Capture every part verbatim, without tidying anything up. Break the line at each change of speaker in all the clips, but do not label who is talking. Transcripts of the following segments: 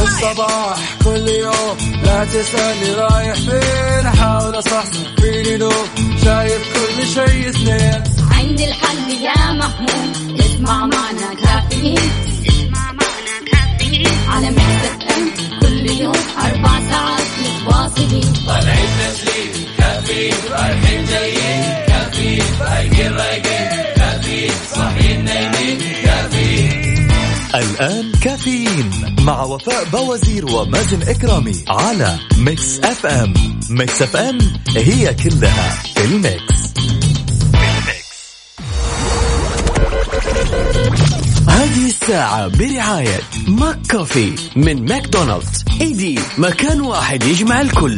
الصباح كل يوم لا تسألني رايح فين أحاول أصحصح فيني لو شايف كل شيء سنين
عندي الحل يا محمود اسمع معنا كافيين اسمع معنا كافيين على ميكس اف ام كل يوم أربع ساعات متواصلين
طالعين تسليم كافيين رايحين جايين كافيين رايقين رايقين كافيين صاحيين نايمين كافيين.
الآن كافيين مع وفاء بوازير ومازن إكرامي على ميكس اف ام. ميكس اف ام هي كلها في الميكس. هذه الساعة برعاية ماك كوفي من ماكدونالدز. ايدي مكان واحد يجمع الكل.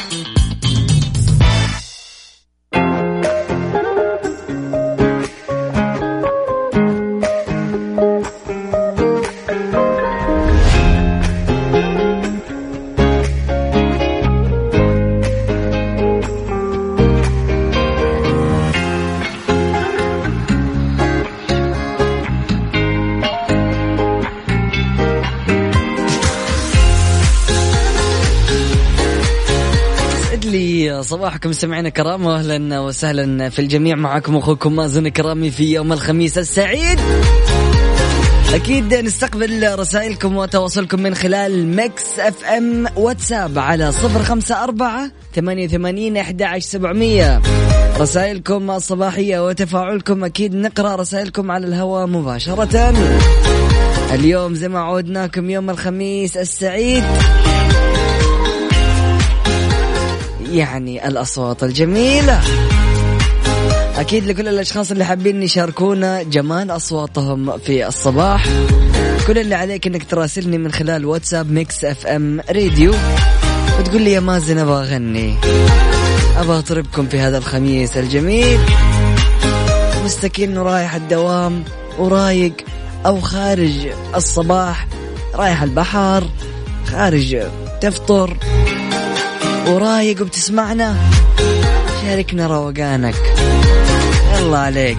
صباحكم سمعنا كرام واهلا وسهلا في الجميع. معكم اخوكم مازن كرامي في يوم الخميس السعيد. اكيد نستقبل رسائلكم وتواصلكم من خلال ميكس اف ام واتساب على صفر خمسة أربعة ثمانية ثمانين أحد عشر سبعمية. رسائلكم الصباحية وتفاعلكم اكيد نقرأ رسائلكم على الهواء مباشرة. اليوم زي ما عودناكم يوم الخميس السعيد يعني الأصوات الجميلة. أكيد لكل الأشخاص اللي حابين يشاركونا جمال أصواتهم في الصباح، كل اللي عليك أنك تراسلني من خلال واتساب ميكس اف ام راديو وتقول لي يا مازن أبغى أغني، أبغى أطربكم في هذا الخميس الجميل، مستكين ورايح الدوام ورايق أو خارج الصباح رايح البحر، خارج تفطر ورايق وبتسمعنا، شاركنا روقانك. الله عليك.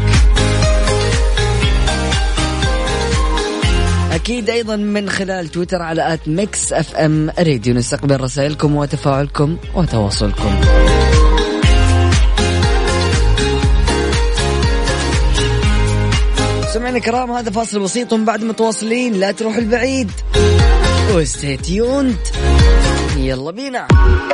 أكيد أيضا من خلال تويتر على آت ميكس اف ام راديو نستقبل رسائلكم وتفاعلكم وتواصلكم. سمعنا كرام، هذا فاصل بسيط بعد متواصلين، لا تروح البعيد وستي تيوند. يلا بينا.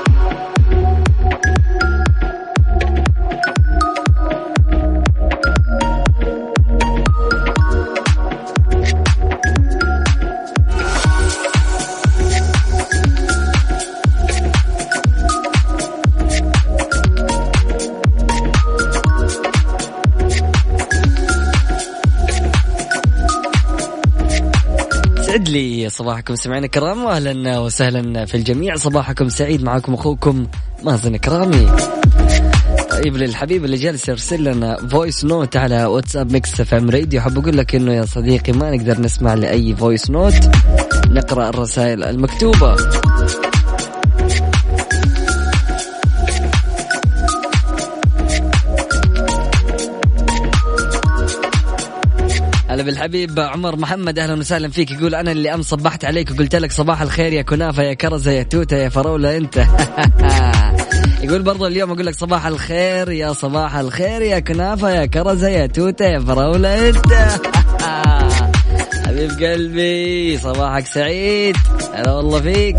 لي صباحكم سمعنا كرام واهلا وسهلا في الجميع. صباحكم سعيد، معكم اخوكم مازن كرامي. طيب للحبيب اللي جالس يرسل لنا فويس نوت على واتساب ميكس اف ام راديو، حاب اقول لك انه يا صديقي ما نقدر نسمع لاي فويس نوت، نقرا الرسائل المكتوبه. هلا بالحبيب عمر محمد، اهلا وسهلا فيك. يقول انا اللي ام صبحت عليك وقلت لك صباح الخير يا كنافه يا كرزه يا توته يا فراوله انت. يقول برضو اليوم اقول لك صباح الخير يا صباح الخير يا كنافه يا كرزه يا توته يا فراوله انت. حبيب قلبي صباحك سعيد، هلا والله فيك.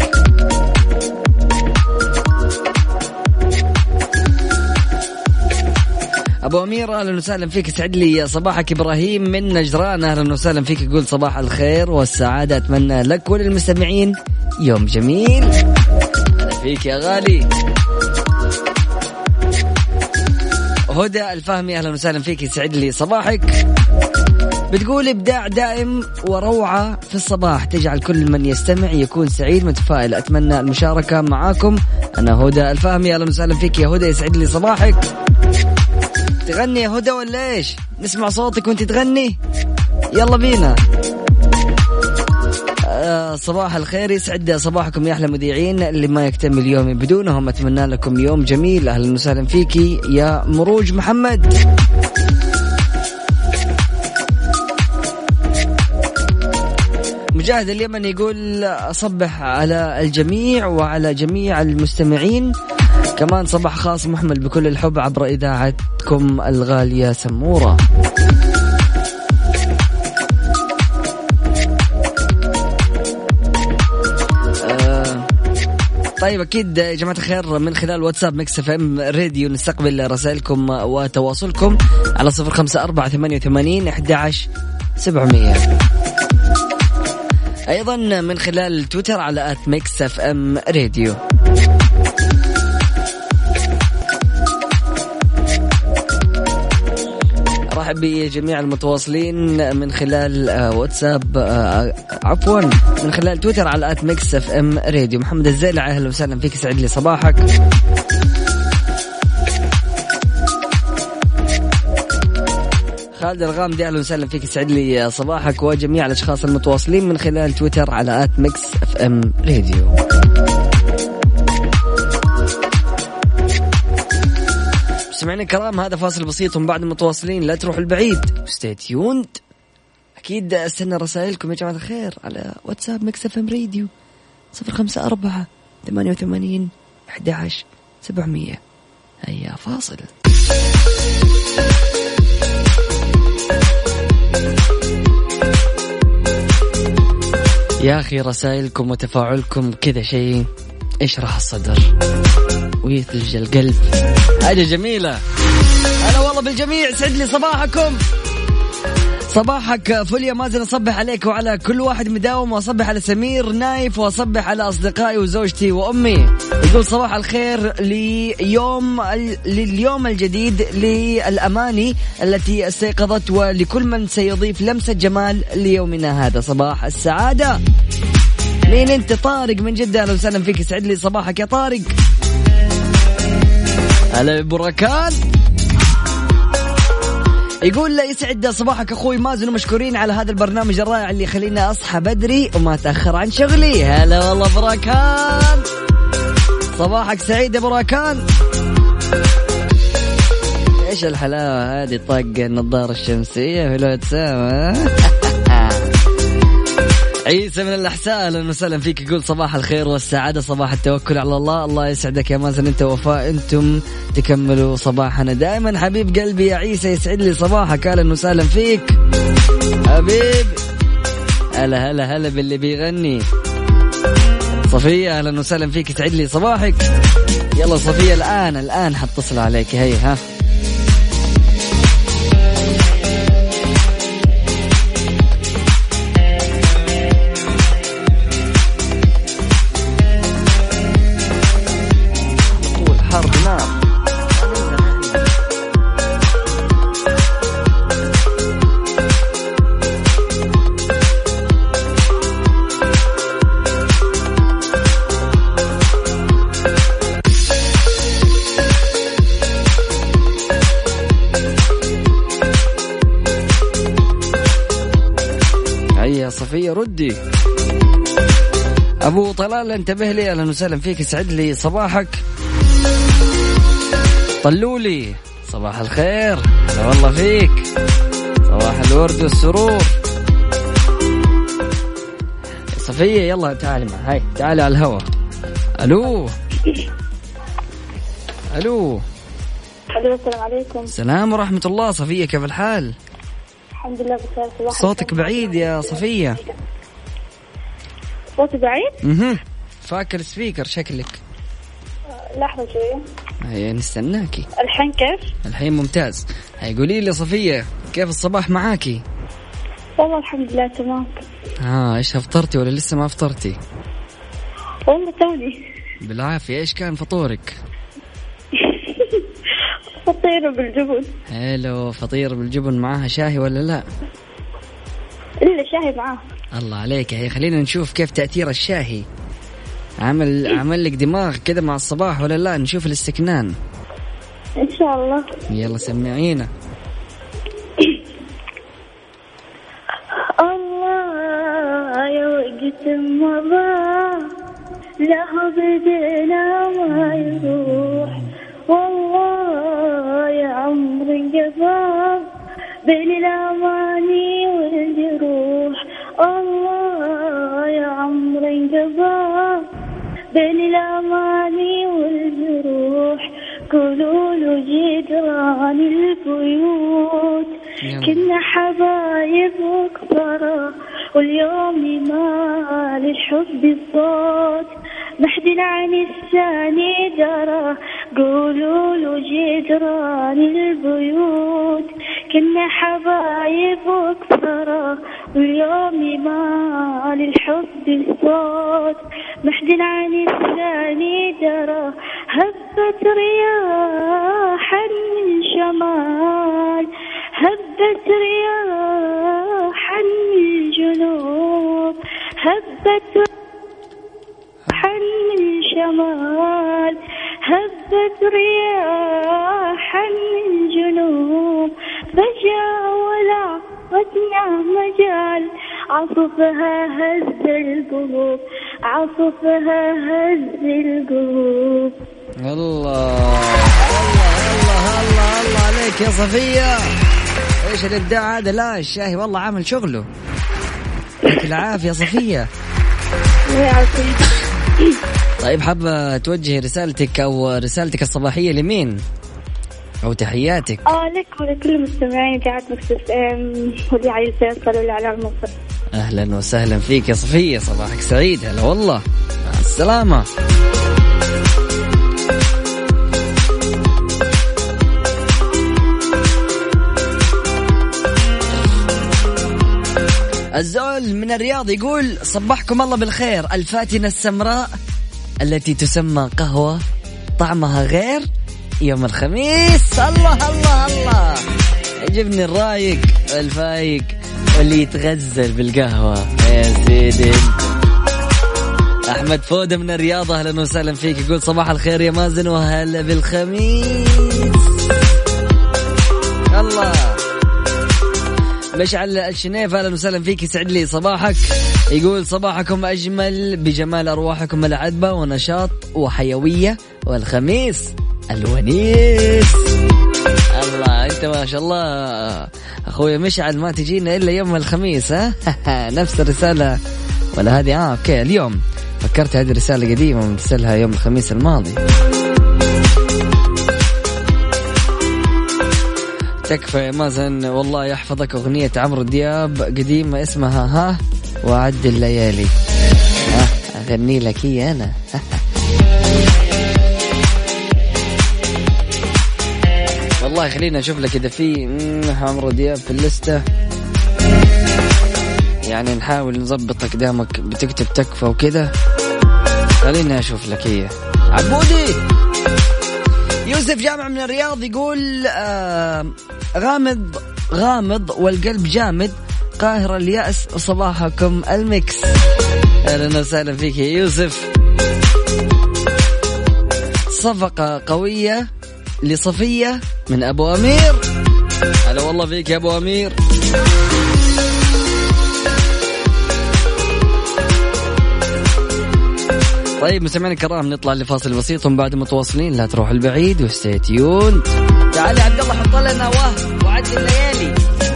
أبو أمير أهلا وسهلا فيك، سعد لي صباحك. إبراهيم من نجران أهلا وسهلا فيك، يقول صباح الخير والسعادة أتمنى لك وللمستمعين يوم جميل. هلا فيك يا غالي. هدى الفهمي أهلا وسهلا فيك، سعد لي صباحك. بتقول إبداع دائم وروعة في الصباح تجعل كل من يستمع يكون سعيد متفائل، أتمنى المشاركة معاكم. أنا هدى الفهمي أهلا وسهلا فيك يا هدى، يسعد لي صباحك. تغني يا هدى ولا ايش؟ نسمع صوتك وانت تغني، يلا بينا. آه صباح الخير، يسعد صباحكم يا احلى مذيعين اللي ما يكتمل يومي بدونهم، اتمنى لكم يوم جميل. اهلا وسهلا فيكي يا مروج محمد. مجاهد اليمن يقول أصبح على الجميع وعلى جميع المستمعين، كمان صباح خاص محمل بكل الحب عبر إذاعتكم الغالية سمورة. طيب أكيد يا جماعة الخير من خلال واتساب ميكس اف ام راديو نستقبل رسائلكم وتواصلكم على صفر خمسة أربعة ثمانية وثمانين أحد عشر سبعمية. أيضا من خلال تويتر على آت ميكس اف ام راديو. رحب بجميع المتواصلين من خلال واتساب، عفوا من خلال تويتر على آت ميكس اف ام راديو. محمد الزيلع أهلا وسهلا فيك، سعد لي صباحك. خالد الغامدي أهلا وسهلا فيك، سعد لي صباحك، وجميع الأشخاص المتواصلين من خلال تويتر على آت ميكس اف ام راديو. سمعنا الكرام، هذا فاصل بسيط ومن بعد متواصلين، لا تروحوا البعيد، stay tuned. أكيد استنى رسائلكم يا جماعة الخير على واتساب ميكس اف ام راديو صفر خمسة أربعة ثمانية وثمانين أحد عشر سبعمية. هيا فاصل. يا أخي رسائلكم وتفاعلكم كذا شيء يشرح الصدر ويثلج القلب، حاجة جميلة. أنا والله بالجميع، سعد لي صباحكم. صباحك فل يا مازن، أصبح عليك وعلى كل واحد مداوم، وأصبح على سمير نايف، وأصبح على أصدقائي وزوجتي وأمي. يقول صباح الخير ليوم لليوم الجديد للأماني التي استيقظت، ولكل من سيضيف لمسة جمال ليومنا هذا. صباح السعادة. مين أنت؟ طارق من جدة، أهلا وسهلا فيك، سعد لي صباحك يا طارق. هلا بركان. يقول لا يسعد صباحك أخوي مازن، ومشكورين على هذا البرنامج الرائع اللي يخليني أصحى بدري وما تأخر عن شغلي. هلا والله بركان، صباحك سعيد يا بركان. إيش الحلاوة هذه، طاق النظارة الشمسية في الواتساب. عيسى من الأحساء أهلا وسهلا فيك، يقول صباح الخير والسعادة، صباح التوكل على الله. الله يسعدك يا مازن أنت وفاء، أنتم تكملوا صباحنا دائما حبيب قلبي يا عيسى، يسعد لي صباحك. أهلا وسهلا فيك حبيب. هلا هلا هلا باللي بيغني. صفية أهلا وسهلا فيك، يسعد لي صباحك. يلا صفية الآن الآن حتصل عليك، هي ها. صفية ردي. أبو طلال انتبه لي، أهلا وسهلا فيك، يسعد لي صباحك. طلولي صباح الخير، هلا والله فيك، صباح الورد والسرور. صفية يلا تعالي معي، هاي تعالي على الهواء. ألو ألو
الو السلام عليكم.
السلام ورحمة الله. صفية كيف الحال؟
الحمد لله بخير.
صوتك بعيد يا صفية.
صوتي بعيد؟
اها فاكر سبيكر شكلك.
لحظة شوية.
هيا نستناكي.
الحين كيف؟
الحين ممتاز. هاي قولي لي صفية كيف الصباح معاكي؟
والله الحمد لله تمام.
ها ايش فطرتي ولا لسه ما فطرتي؟
والله توني.
بالعافية. ايش كان فطورك؟
فطيرة بالجبن.
هلو فطيرة بالجبن، معاها شاهي ولا لا؟
إلا شاهي معاه.
الله عليك. هي خلينا نشوف كيف تأثير الشاهي، عمل عمل لك دماغ كده مع الصباح ولا لا؟ نشوف الاستكنان
إن شاء الله.
يلا سمعينا.
الله يا وقت مضى له بدنا ما يروح، والله يا عمري قضى بين الأماني والجروح. الله بين الأماني والجروح. قولوا له جدران البيوت كنا حبايب وكبرة واليوم ما للحب الصوت محدن عن الثاني درى. قولوا له جدران البيوت كنا حبايب وكبرة واليوم ما للحب الصوت محدن عن الثاني درى. هبت رياحا من شمال هبت رياحا من جنوب هبت رياحا من شمال هبت رياحا من جنوب. فجاء ولا ودنا مجال عصفها هز القلوب عصفها هز القلوب.
الله الله الله الله الله عليك يا صفية. ايش الابداع هذا؟ لا الشاهي والله عامل شغله. يعطيك العافية صفية. طيب حابة توجهي رسالتك او رسالتك الصباحية لمين او تحياتك؟
اه لك ولكل المستمعين قاعد مكسف ام ولي عيل فيصل ولا على المصر.
اهلا وسهلا فيك يا صفية، صباحك سعيد. هلا والله، مع السلامة. الزول من الرياض يقول صبحكم الله بالخير. الفاتنة السمراء التي تسمى قهوة طعمها غير يوم الخميس. الله الله الله، يعجبني الرايق الفايق واللي يتغزل بالقهوة يا سيدي. أحمد فودة من الرياض أهلا وسهلا فيك، يقول صباح الخير يا مازن وهلا بالخميس. الله. مشعل الشنيف أهلا وسهلا فيك، يسعد لي صباحك. يقول صباحكم أجمل بجمال أرواحكم العذبة ونشاط وحيوية والخميس الونيس. الله أنت ما شاء الله أخوي مشعل، ما تجينا إلا يوم الخميس ها. نفس الرسالة ولا هذه؟ آه أوكي اليوم فكرت هذه رسالة قديمة مرسلها يوم الخميس الماضي. تكفى يا مازن والله يحفظك. أغنية عمرو دياب قديمة اسمها ها وعد الليالي. ها أغني لك هي أنا. والله خلينا نشوف لك إذا في عمرو دياب في الليستة، يعني نحاول نضبط قدامك بتكتب تكفى وكذا. خلينا أشوف لك هي. عبودي يوسف جامع من الرياض يقول آه غامض غامض والقلب جامد قاهرة اليأس صباحكم المكس. أهلا وسهلا فيك يا يوسف. صفقة قوية لصفية من أبو أمير. هلا والله فيك يا أبو أمير. طيب مستمعينا الكرام نطلع لفاصل بسيط ومن بعد متواصلين، لا تروح البعيد وستي تيون. تعالي عبد الله حط لنا واه وعد الليالي.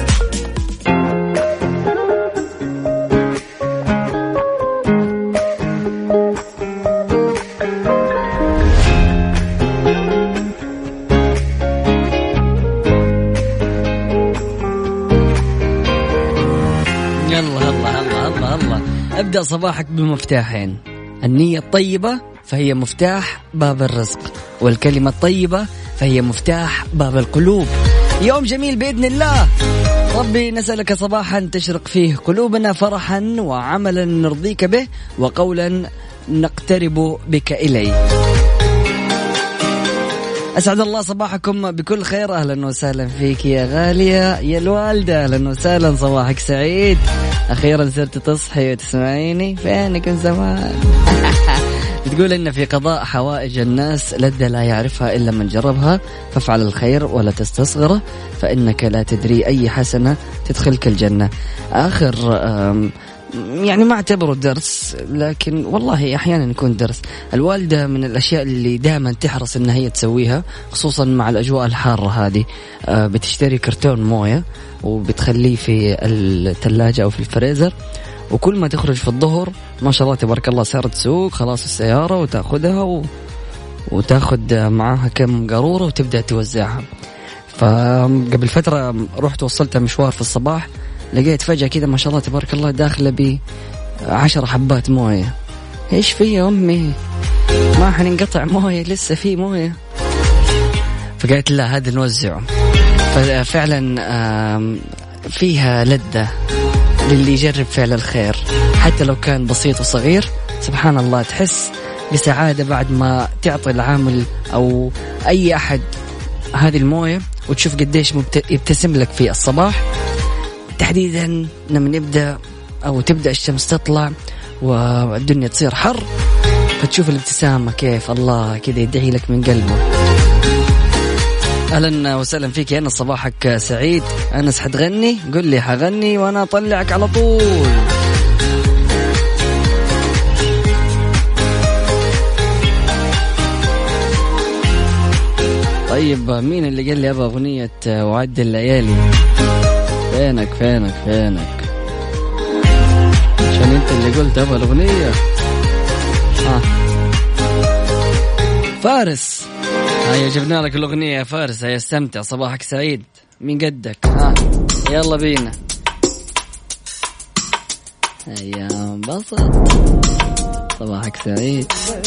يلا الله الله الله الله. ابدأ صباحك بمفتاحين: النية الطيبة فهي مفتاح باب الرزق، والكلمة الطيبة فهي مفتاح باب القلوب. يوم جميل بإذن الله. ربي نسألك صباحا تشرق فيه قلوبنا فرحا وعملا نرضيك به وقولا نقترب بك إليه. أسعد الله صباحكم بكل خير. أهلا وسهلا فيك يا غالية يا الوالدة. أهلا وسهلا، صباحك سعيد. أخيرا صرت تصحي وتسمعيني، فينك من زمان. بتقول إن في قضاء حوائج الناس لذة لا يعرفها إلا من جربها، فافعل الخير ولا تستصغره فإنك لا تدري أي حسنة تدخلك الجنة. آخر يعني ما اعتبره درس، لكن والله أحيانا يكون درس. الوالدة من الأشياء اللي دائما تحرص إن هي تسويها، خصوصا مع الأجواء الحارة هذه. بتشتري كرتون موية وبتخليه في الثلاجة أو في الفريزر، وكل ما تخرج في الظهر ما شاء الله تبارك الله صارت تسوق خلاص السيارة وتأخذها و... وتأخذ معاها كم قارورة وتبدأ توزعها. فقبل فترة رحت وصلت مشوار في الصباح، لقيت فجأة كذا ما شاء الله تبارك الله داخلة بعشر حبات موية. إيش في يا أمي؟ ما حننقطع موية، لسه في موية. فقالت لا هذا نوزعه. ففعلا فيها لذة للي يجرب فعل الخير حتى لو كان بسيط وصغير. سبحان الله تحس بسعادة بعد ما تعطي العامل أو أي أحد هذه الموية وتشوف قديش يبتسم لك في الصباح تحديدا لما نبدأ أو تبدأ الشمس تطلع والدنيا تصير حر، فتشوف الابتسامة كيف الله كده يدعي لك من قلبه. أهلا وسهلا فيك. أنا صباحك سعيد. أنس حتغني؟ قل لي حغني وأنا أطلعك على طول. طيب مين اللي قال لي أبغى أغنية وعد الليالي؟ فينك فينك فينك عشان أنت اللي قلت أبغى الأغنية. آه. فارس، هيا جبنا لك الأغنية يا فارس، هيا استمتع. صباحك سعيد. مين قدك؟ ها يلا بينا. هيا انبسط. صباحك سعيد.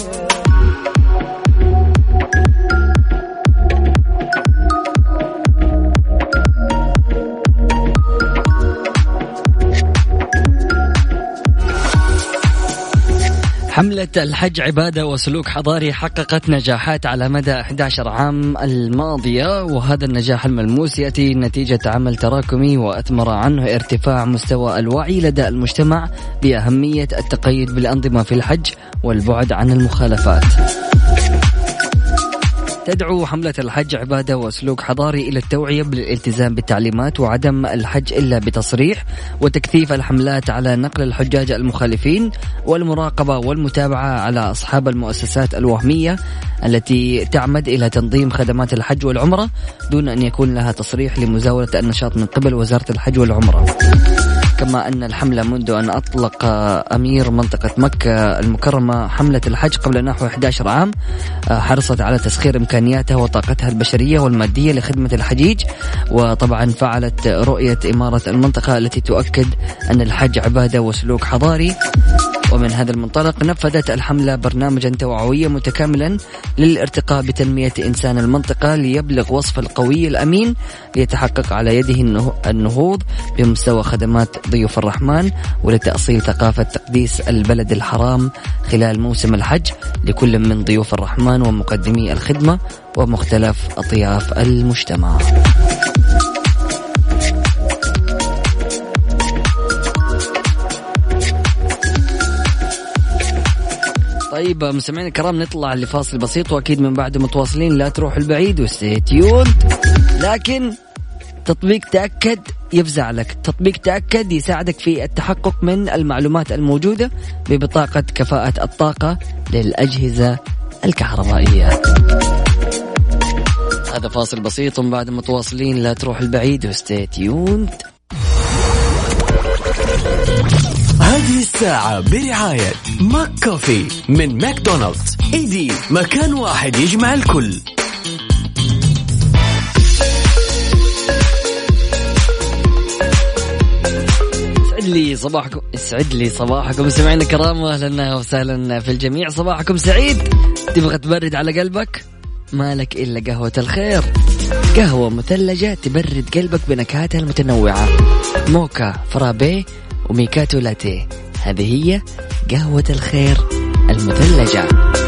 حملة الحج عبادة وسلوك حضاري حققت نجاحات على مدى أحد عشر عام الماضية، وهذا النجاح الملموس يأتي نتيجة عمل تراكمي وأثمر عنه ارتفاع مستوى الوعي لدى المجتمع بأهمية التقيد بالأنظمة في الحج والبعد عن المخالفات. تدعو حملة الحج عبادة وسلوك حضاري إلى التوعية بالالتزام بالتعليمات وعدم الحج إلا بتصريح، وتكثيف الحملات على نقل الحجاج المخالفين، والمراقبة والمتابعة على أصحاب المؤسسات الوهمية التي تعمد إلى تنظيم خدمات الحج والعمرة دون أن يكون لها تصريح لمزاولة النشاط من قبل وزارة الحج والعمرة. كما أن الحملة منذ أن أطلق أمير منطقة مكة المكرمة حملة الحج قبل نحو أحد عشر عام حرصت على تسخير إمكانياتها وطاقتها البشرية والمادية لخدمة الحجيج، وطبعا فعلت رؤية إمارة المنطقة التي تؤكد أن الحج عبادة وسلوك حضاري. ومن هذا المنطلق نفذت الحملة برنامجا توعويا متكاملا للارتقاء بتنمية إنسان المنطقة ليبلغ وصف القوي الأمين ليتحقق على يده النهوض بمستوى خدمات ضيوف الرحمن، ولتأصيل ثقافة تقديس البلد الحرام خلال موسم الحج لكل من ضيوف الرحمن ومقدمي الخدمة ومختلف أطياف المجتمع. طيب مستمعين الكرام نطلع لفاصل بسيط، وأكيد من بعد متواصلين، لا تروح البعيد وستيتيون. لكن تطبيق تأكد يفزع لك، تطبيق تأكد يساعدك في التحقق من المعلومات الموجودة ببطاقة كفاءة الطاقة للأجهزة الكهربائية. هذا فاصل بسيط ومن بعد متواصلين، لا تروح البعيد وستيتيون.
هذه الساعة برعاية ماك كوفي من ماكدونالدز. ايدي مكان واحد يجمع الكل.
يسعد لي صباحكم، يسعد لي صباحكم سمعنا الكرام، واهلا وسهلا في الجميع. صباحكم سعيد. تبغى تبرد على قلبك؟ مالك إلا قهوة الخير، قهوة مثلجة تبرد قلبك بنكهاتها المتنوعة، موكا، فرابيه وميكاتو لاتيه. هذه هي قهوة الخير المثلجة.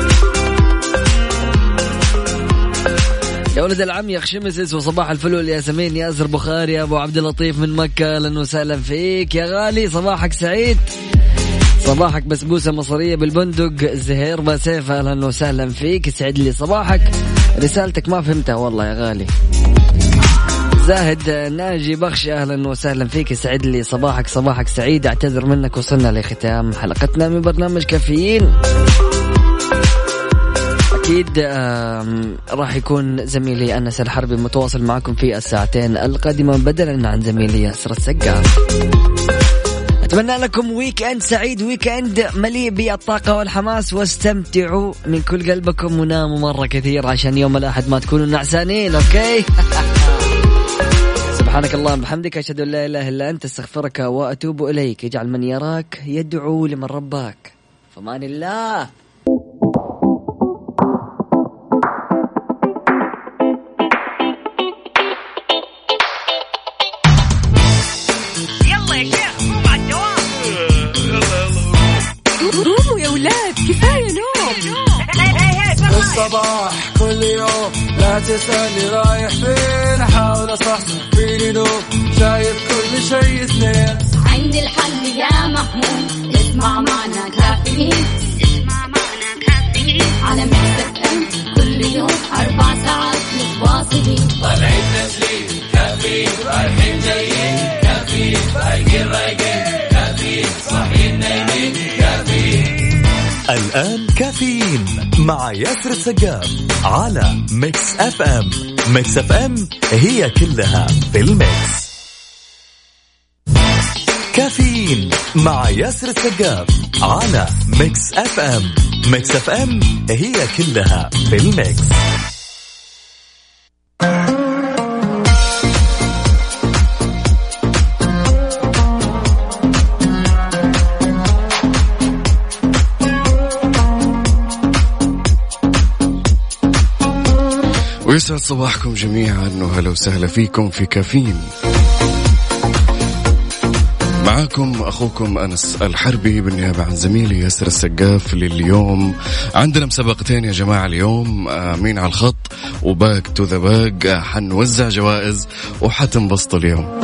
يا ولد العم يا خشمسس، وصباح الفل يا سمين ياسر بخاري يا ابو عبد اللطيف من مكة. اهلا وسهلا فيك يا غالي، صباحك سعيد. صباحك بسبوسة مصرية بالبندق زهير بسيف، اهلا وسهلا فيك، يسعد لي صباحك. رسالتك ما فهمتها والله يا غالي. زاهد ناجي بخش، اهلا وسهلا فيك، يسعد لي صباحك. صباحك سعيد. اعتذر منك، وصلنا لختام حلقتنا من برنامج كافيين. اكيد راح يكون زميلي أنس الحربي متواصل معكم في الساعتين القادمة بدلا عن زميلي ياسر السقاف. أتمنى لكم ويك أند سعيد، ويك أند مليء بالطاقة والحماس، واستمتعوا من كل قلبكم وناموا مرة كثير عشان يوم الأحد ما تكونوا نعسانين. أوكي. سبحانك اللهم بحمدك، أشهد أن لا إله إلا أنت، استغفرك وأتوب إليك. اجعل من يراك يدعو لمن رباك. فمان الله.
يلا يا شيخ قوم على الدوام. قوموا يا ولاد كفاية نوم.
الصباح كل يوم لا تسألني رايح فين، أحاول أصحصح فيني نوم، شايف كل شيء اثنين.
عندي الحل يا محمود، اسمع معنا كافيين، اسمع معنا كافيين على ميكس اف ام كل يوم أربع ساعات متواصلين.
طالعين تسليم كافيين، رايحين جايين كافيين، فايقين رايقين كافيين، صاحيين نايمين كافيين.
الآن كافيين مع ياسر السقاف على ميكس اف ام. ميكس اف ام هي كلها في الميكس. كافيين مع ياسر السقاف على ميكس اف ام. ميكس اف ام هي كلها في الميكس.
ويسعد صباحكم جميعا وهلا وسهلا فيكم في كافيين. معاكم أخوكم أنس الحربي بالنيابة عن زميلي ياسر السقاف. لليوم عندنا مسابقتين يا جماعة اليوم، مين على الخط وباك تو ذا باك. حنوزع جوائز وحتنبسطوا اليوم.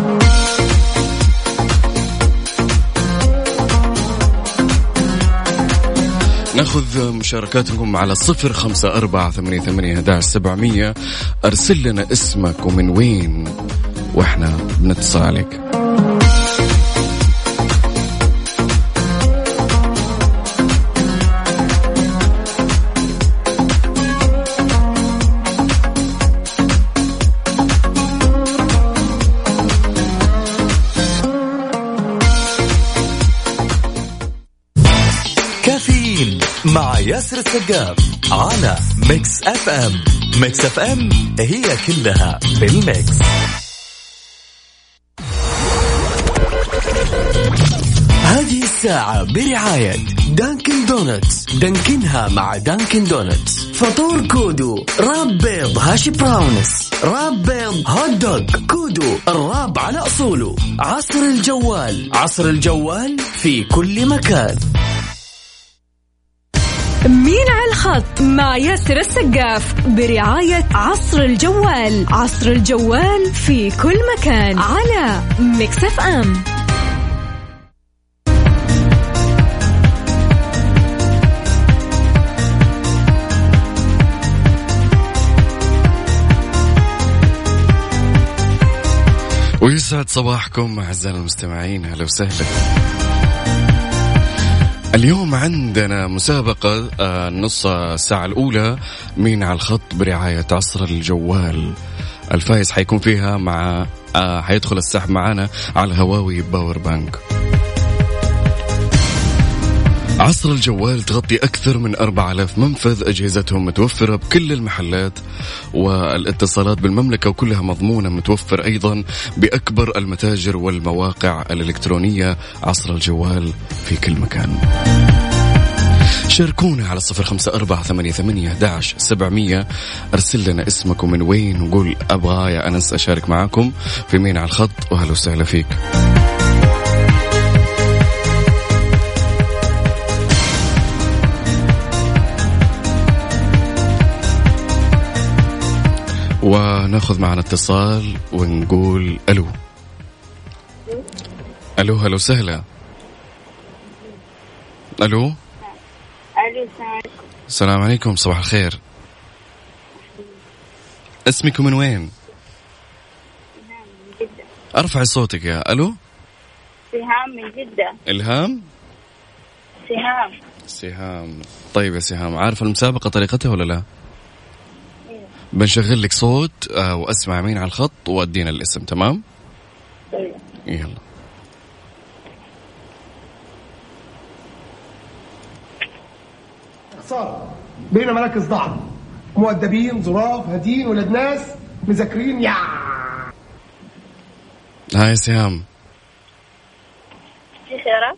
ناخذ مشاركاتكم على صفر خمسة أربعة ثمانية ثمانية واحد واحد سبعمية. أرسل لنا اسمك ومن وين وإحنا بنتصل عليك.
مع ياسر السقاف على ميكس اف ام. ميكس اف ام هي كلها في الميكس. هذه الساعة برعاية دانكن دونتس. دانكنها مع دانكن دونتس. فطور كودو، راب بيض هاشي براونس، راب بيض هوت دوغ، كودو الراب على أصوله. عصر الجوال، عصر الجوال في كل مكان.
مين على الخط مع ياسر السقاف برعاية عصر الجوال. عصر الجوال في كل مكان على ميكس اف ام.
ويسعد صباحكم أعزائنا المستمعين، هلا وسهلا. اليوم عندنا مسابقة النص الساعة الأولى مين على الخط برعاية عصر الجوال. الفائز حيكون فيها مع حيدخل السحب معنا على هواوي باور بانك. عصر الجوال تغطي أكثر من أربعة آلاف منفذ، أجهزتهم متوفرة بكل المحلات والاتصالات بالمملكة وكلها مضمونة، متوفر أيضا بأكبر المتاجر والمواقع الإلكترونية. عصر الجوال في كل مكان. شاركونا على صفر خمسة أربعة ثمانية ثمانية واحد واحد سبعمية. أرسل لنا اسمك ومن وين وقول أبغى يا أنس أشارك معاكم في مين على الخط، وهلا وسهلا فيك. وناخذ معنا اتصال ونقول ألو. ألو هلا وسهلا. ألو.
ألو السلام عليكم.
السلام عليكم، صباح الخير. اسمك من وين؟
من جدة.
أرفعي صوتك يا ألو.
سهام من جدة.
إلهام.
سهام.
سهام. طيب يا سهام، عارفة المسابقة طريقتها ولا لا؟ بنشغل لك صوت آه واسمع مين على الخط وادينا الاسم. تمام؟
طيب.
يلا.
باختصار بين مراكز ضعف، مؤدبين، ظراف، هادين، ولاد ناس، مذاكرين. يا
هاي سهام.
في خيارات؟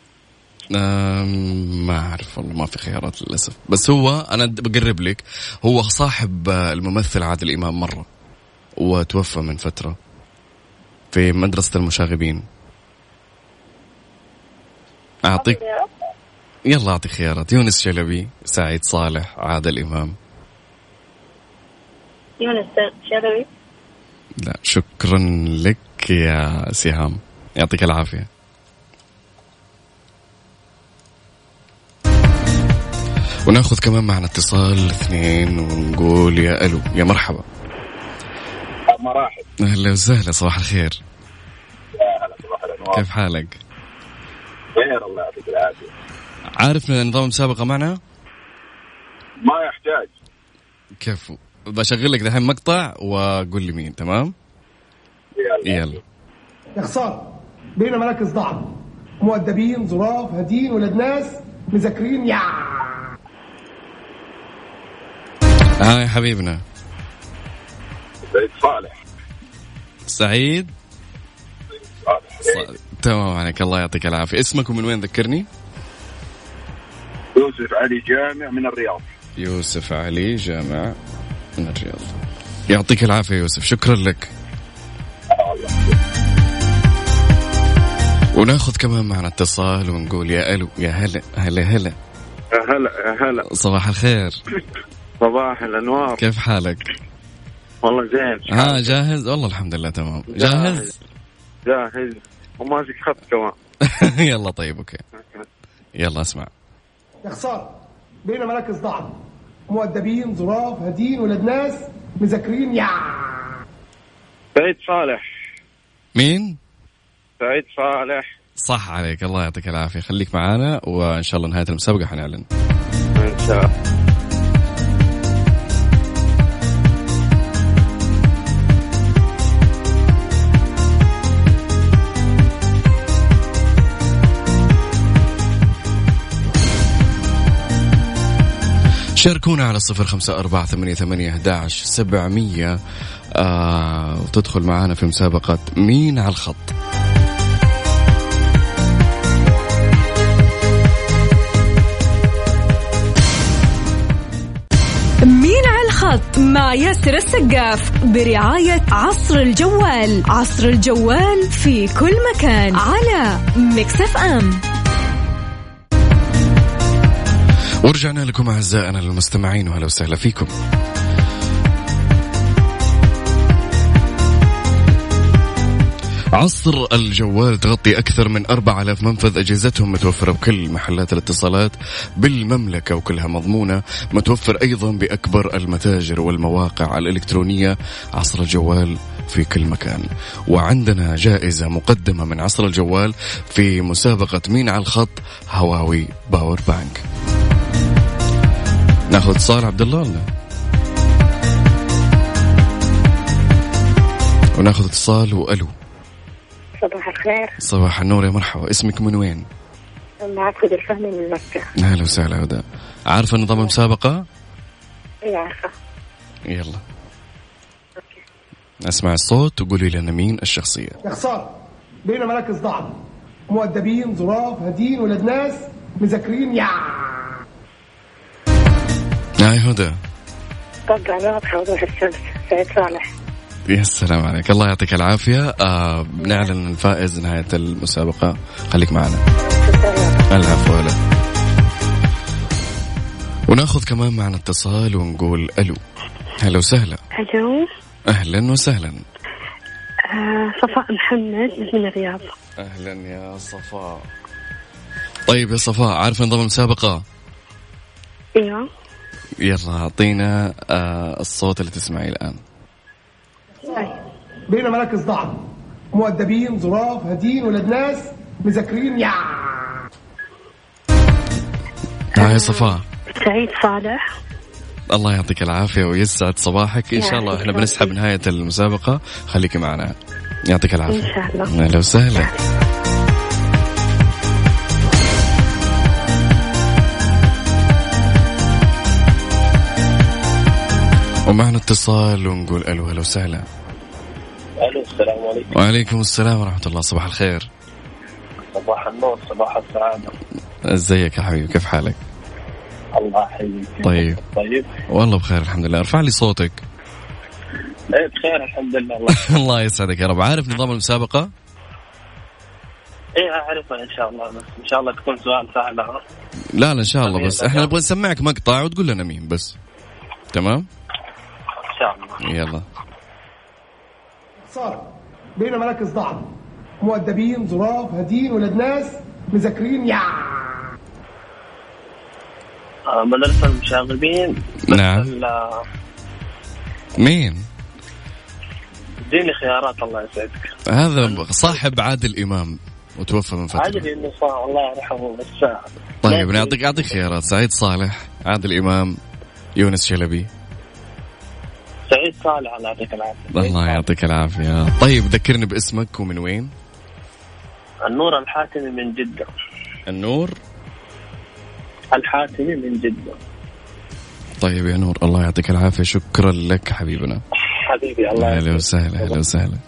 ما أعرف والله، ما في خيارات للأسف. بس هو أنا بقرب لك، هو صاحب الممثل عادل إمام مرة وتوفى من فترة في مدرسة المشاغبين. أعطيك يلا أعطي خيارات. يونس شلبي، سعيد صالح، عادل إمام.
يونس شلبي.
لا شكرا لك يا سهام، يعطيك العافية. وناخذ كمان معنا اتصال اثنين ونقول يا ألو، يا مرحبا.
مراحب.
أهلا وسهلا، صباح الخير.
يا هلا، صباح الأنوار.
كيف حالك؟
خير الله يعطيك العافية.
عارف نظام مسابقة معنا؟
ما يحتاج.
كيف؟ بشغل لك دحين مقطع وقول لي مين. تمام؟
يلا,
يلا.
باختصار بين مراكز ضعف، مؤدبين، ظراف، هادين، ولاد ناس، مذاكرين. يا
هاي حبيبنا
سعيد صالح.
سعيد
صالح.
تمام عليك، الله يعطيك العافية. اسمك ومن وين ذكرني؟
يوسف علي جامع من الرياض.
يوسف علي جامع من الرياض. يعطيك العافية يوسف، شكرا لك. وناخذ كمان معنا اتصال ونقول يا ألو، يا هلا. هلا هلا
هلا هلا.
صباح الخير.
صباح الأنوار.
كيف حالك؟
والله زين.
ها جاهز؟ والله الحمد لله تمام. جاهز
جاهز وماسك خط كمان.
يلا طيب اوكي، يلا اسمع.
باختصار بين مراكز ضعف، مؤدبين، ظراف، هادين، ولاد ناس، مذاكرين. يا
سعيد صالح.
مين؟
سعيد صالح.
صح عليك، الله يعطيك العافية. خليك معانا وإن شاء الله نهاية المسابقة حنعلن
إن شاء الله.
شاركونا على صفر خمسة أربعة ثمانية ثمانية أحداش سبعمية آه وتدخل معنا في مسابقة مين على الخط.
مين على الخط مع ياسر السقاف برعاية عصر الجوال. عصر الجوال في كل مكان على ميكس اف ام.
ورجعنا لكم أعزائنا المستمعين، وهلا وسهلا فيكم. عصر الجوال تغطي أكثر من أربعة آلاف منفذ، أجهزتهم متوفرة بكل محلات الاتصالات بالمملكة وكلها مضمونة. متوفر أيضا بأكبر المتاجر والمواقع الإلكترونية. عصر الجوال في كل مكان. وعندنا جائزة مقدمة من عصر الجوال في مسابقة مين على الخط، هواوي باور بانك. ناخذ اتصال عبد الله ولا؟ وناخذ اتصال وألو.
صباح الخير.
صباح النور، يا مرحبا. اسمك من وين؟
معك هدى الفهمي من مكة.
أهلا وسهلا هدى. عارفة نظام المسابقة؟
ايه عارفة.
يلا أوكي. أسمع الصوت وقولي لنا مين الشخصية.
باختصار بين مراكز ضعف، مؤدبين، ظراف، هادين، ولاد ناس، مذاكرين. يا
هاي هدى.
طبعا واضحة وضوح الشمس. سعيد صالح.
يا سلام عليك، الله يعطيك العافية. آه بنعلن الفائز نهاية المسابقة، خليك معنا. العفو. هلا. وناخذ كمان معنا اتصال ونقول ألو. هلا وسهلا.
ألو.
أهلا وسهلا.
آه صفاء محمد من الرياض.
أهلا يا صفاء. طيب يا صفاء، عارف نظام المسابقة؟
ايوه.
يلا أعطينا آه الصوت اللي تسمعيه الآن.
بين مراكز ضعف، مؤدبين، ظراف، هادين، ولاد ناس، مذاكرين. يا
هاي صفاء.
سعيد صالح.
الله يعطيك العافية ويسعد صباحك. إن شاء الله إحنا بنسحب نهاية المسابقة، خليكي معنا. يعطيك العافية.
إن شاء الله.
أهلا وسهلا. معنا اتصال ونقول ألو. هلا وسهلا.
ألو السلام عليكم.
وعليكم السلام ورحمة الله. صباح الخير.
صباح النور صباح السعادة.
ازيك يا حبيبي كيف حالك؟
الله يحييك.
طيب
طيب
والله بخير الحمد لله. ارفع لي صوتك.
ايه بخير الحمد لله. الله
الله يسعدك يا رب. عارف نظام المسابقة؟
ايه اعرفها ان شاء الله، بس ان شاء الله تكون سؤال سهل.
لا لا ان شاء الله، بس احنا نبغى نسمعك مقطع وتقول لنا مين بس. تمام
ان شاء الله.
يلا.
صار بين مراكز ضعف، مؤدبين ظراف هادين ولاد ناس مذاكرين. يا
مدرسة المشاغبين.
نعم. مين؟
اديني خيارات الله يسعدك.
هذا صاحب عادل إمام وتوفى من فترة.
عادل إنه صار الله يرحمه بس.
طيب نعطيك أعطيك خيارات: سعيد صالح، عادل إمام، يونس شلبي.
سعيد صالح الله يعطيك العافية.
الله يعطيك العافية. طيب ذكرني باسمك ومن وين؟
النور الحاتمي من جدة.
النور
الحاتمي من جدة.
طيب يا نور الله يعطيك العافية، شكرا لك حبيبنا.
حبيبي الله يعطيك.
أهلا وسهلا. أهلا وسهلا.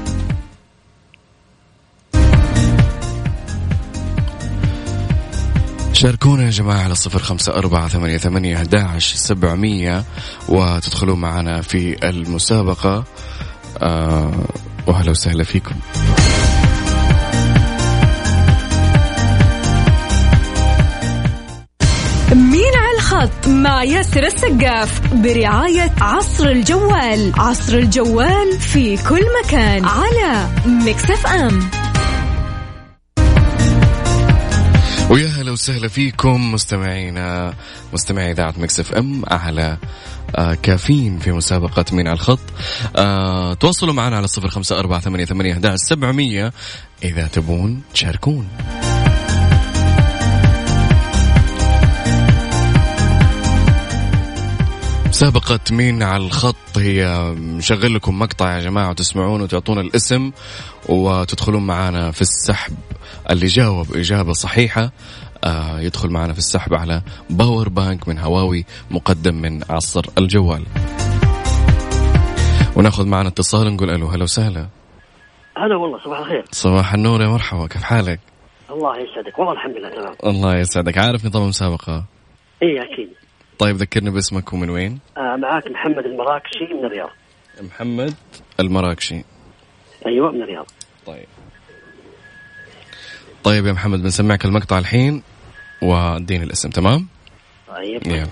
شاركونا يا جماعة على صفر خمسة أربعة ثمانية ثمانية أحد عشر سبعمية وتدخلون معنا في المسابقة. آه وأهلا وسهلا فيكم.
مين على الخط مع ياسر السقاف برعاية عصر الجوال. عصر الجوال في كل مكان على ميكس اف ام.
ويا هلا وسهلا فيكم مستمعينا مستمعي إذاعة ميكس اف ام على آه كافين في مسابقة مين على الخط. آه تواصلوا معنا على صفر خمسة أربعة ثمانية ثمانية أحد عشر سبعمية إذا تبون تشاركون. مسابقة مين على الخط هي مشغل لكم مقطع يا جماعة وتسمعون وتعطونا الاسم وتدخلون معنا في السحب. اللي جاوب إجابة صحيحة آه يدخل معنا في السحب على باور بانك من هواوي مقدم من عصر الجوال. وناخذ معنا اتصال نقول ألو. هلا وسهلا.
هلا والله صباح الخير.
صباح النور يا مرحبا كيف حالك؟
الله يسعدك والله الحمد لله تمام.
الله يسعدك. عارف نظام المسابقة؟
ايه اكيد.
طيب ذكرني باسمك ومن وين؟
آه معاك محمد المراكشي من الرياض.
محمد المراكشي.
ايوه من الرياض.
طيب طيب يا محمد بنسمعك المقطع الحين واديني الاسم. تمام؟
طيب
يلا.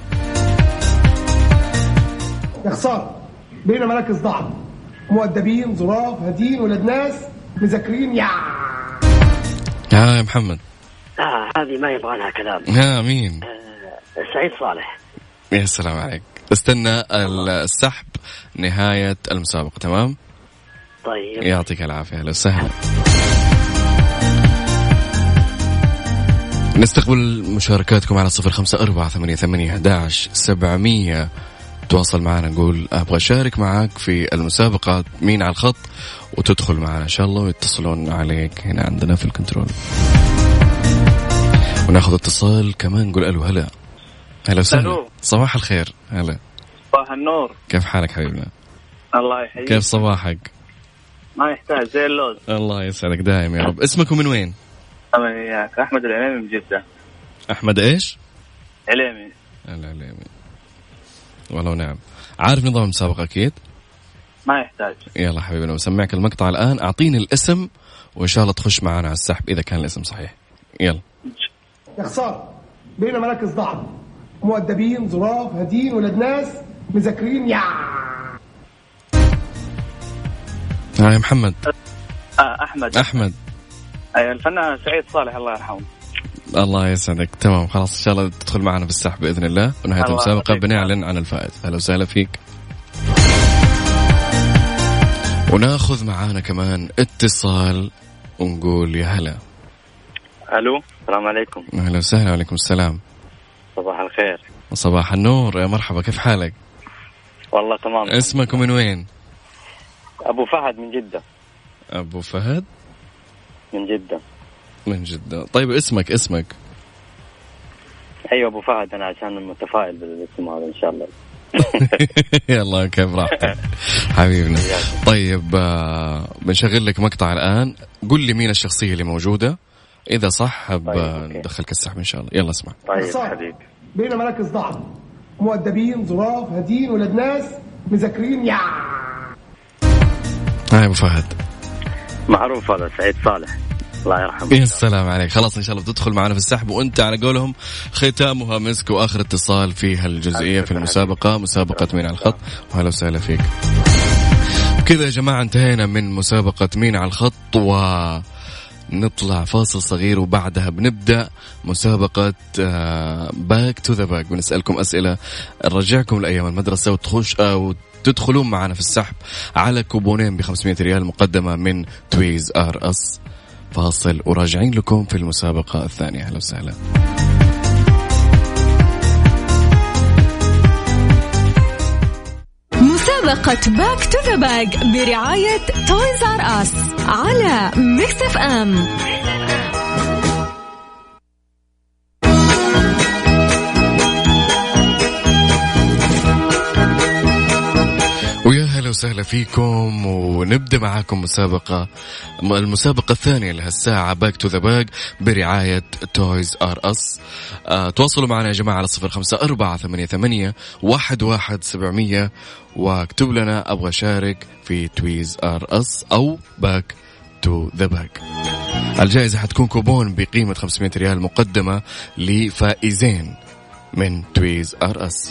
يا خسارة بين مراكز ضعف، مؤدبين ظراف هادين ولاد ناس مذاكرين. يا
ها يا محمد.
اه هذه ما يبغى لها كلام.
ها مين؟
آه سعيد صالح.
يا سلام عليك. استنى السحب نهاية المسابقة. تمام؟
طيب
يعطيك العافية. هلا وسهلا. نستقبل مشاركاتكم على صفر خمسة أربعة ثمانية ثمانية أحد عشر سبعمية. تواصل معنا نقول أبغى أشارك معك في المسابقة مين على الخط وتدخل معنا إن شاء الله ويتصلون عليك هنا عندنا في الكنترول. وناخذ اتصال كمان نقول ألو. هلا. هلا وسهلا. صباح الخير. هلا.
صباح النور.
كيف حالك حبيبنا؟
الله يحييك.
كيف صباحك؟
ما يحتاج زي اللوز.
الله يسعدك دائم يا رب. اسمك ومن وين؟
أمين إياك. أحمد العليمي من جدة.
أحمد إيش؟
عليمي.
العليمي. والله نعم. عارف نظام المسابقة أكيد؟
ما يحتاج.
يلا حبيبنا بسمعك المقطع الآن. أعطيني الاسم وإن شاء الله تخش معنا على السحب إذا كان الاسم صحيح. يلا.
يا خسارة بين مراكز ضعف، مؤدبين ظراف هادين ولاد ناس مذاكرين. يا
ها يا محمد.
آه أحمد.
أحمد.
أي الفنان سعيد صالح الله يرحمه.
الله يسعدك. تمام خلاص إن شاء الله تدخل معنا في السحب بإذن الله. ونهاية المسابقة بنعلن عن الفائز. أهلا وسهلا فيك. وناخذ معانا كمان اتصال ونقول يا هلا.
ألو السلام عليكم.
أهلا وسهلا. وعليكم السلام.
صباح الخير.
صباح النور يا مرحبا كيف حالك؟
والله تمام.
اسمك ومن وين؟
أبو فهد من جدة.
أبو فهد
من جدة.
من جدة. طيب اسمك اسمك
أيوة أبو فهد. أنا عشان متفائل بالاسم هذا إن شاء الله.
يلا كيف راحتك حبيبنا. طيب آه بنشغل لك مقطع الآن، قل لي مين الشخصية اللي موجودة، إذا صح ندخلك السحب إن شاء الله. يلا اسمع.
طيب حبيبي.
بين مراكز ضعف، مؤدبين ظراف هادين ولاد ناس مذاكرين. يا
هاي أبو فهد
معروف هذا سعيد صالح الله يرحمه.
يا سلام عليك. خلاص إن شاء الله بتدخل معنا في السحب وأنت على قولهم ختامها مسك وآخر اتصال في هالجزئية في المسابقة، مسابقة مين على الخط. وهلا وسهلا فيك. كذا يا جماعة انتهينا من مسابقة مين على الخط، ونطلع فاصل صغير وبعدها بنبدأ مسابقة باك تو ذا باك. بنسألكم أسئلة نرجعكم لأيام المدرسة وتخش أو تدخلون معنا في السحب على كوبونين بخمسمية ريال مقدمة من تويز آر أس. فاصل وراجعين لكم في المسابقة الثانية. أهلا وسهلا.
مسابقة باك تو ذا باك برعاية تويز آر أس على ميكس اف ام.
ويا هلا وسهلا فيكم، ونبدأ معاكم مسابقة المسابقة الثانية لهالساعة باك تو ذا باك برعاية تويز آر أس. أه تواصلوا معنا يا جماعة على صفر خمسة أربعة ثمانية ثمانية واحد واحد سبعمية واكتب لنا أبغى شارك في تويز آر أس أو باك تو ذا باك. الجائزة حتكون كوبون بقيمة خمسمية ريال مقدمة لفائزين من تويز آر أس.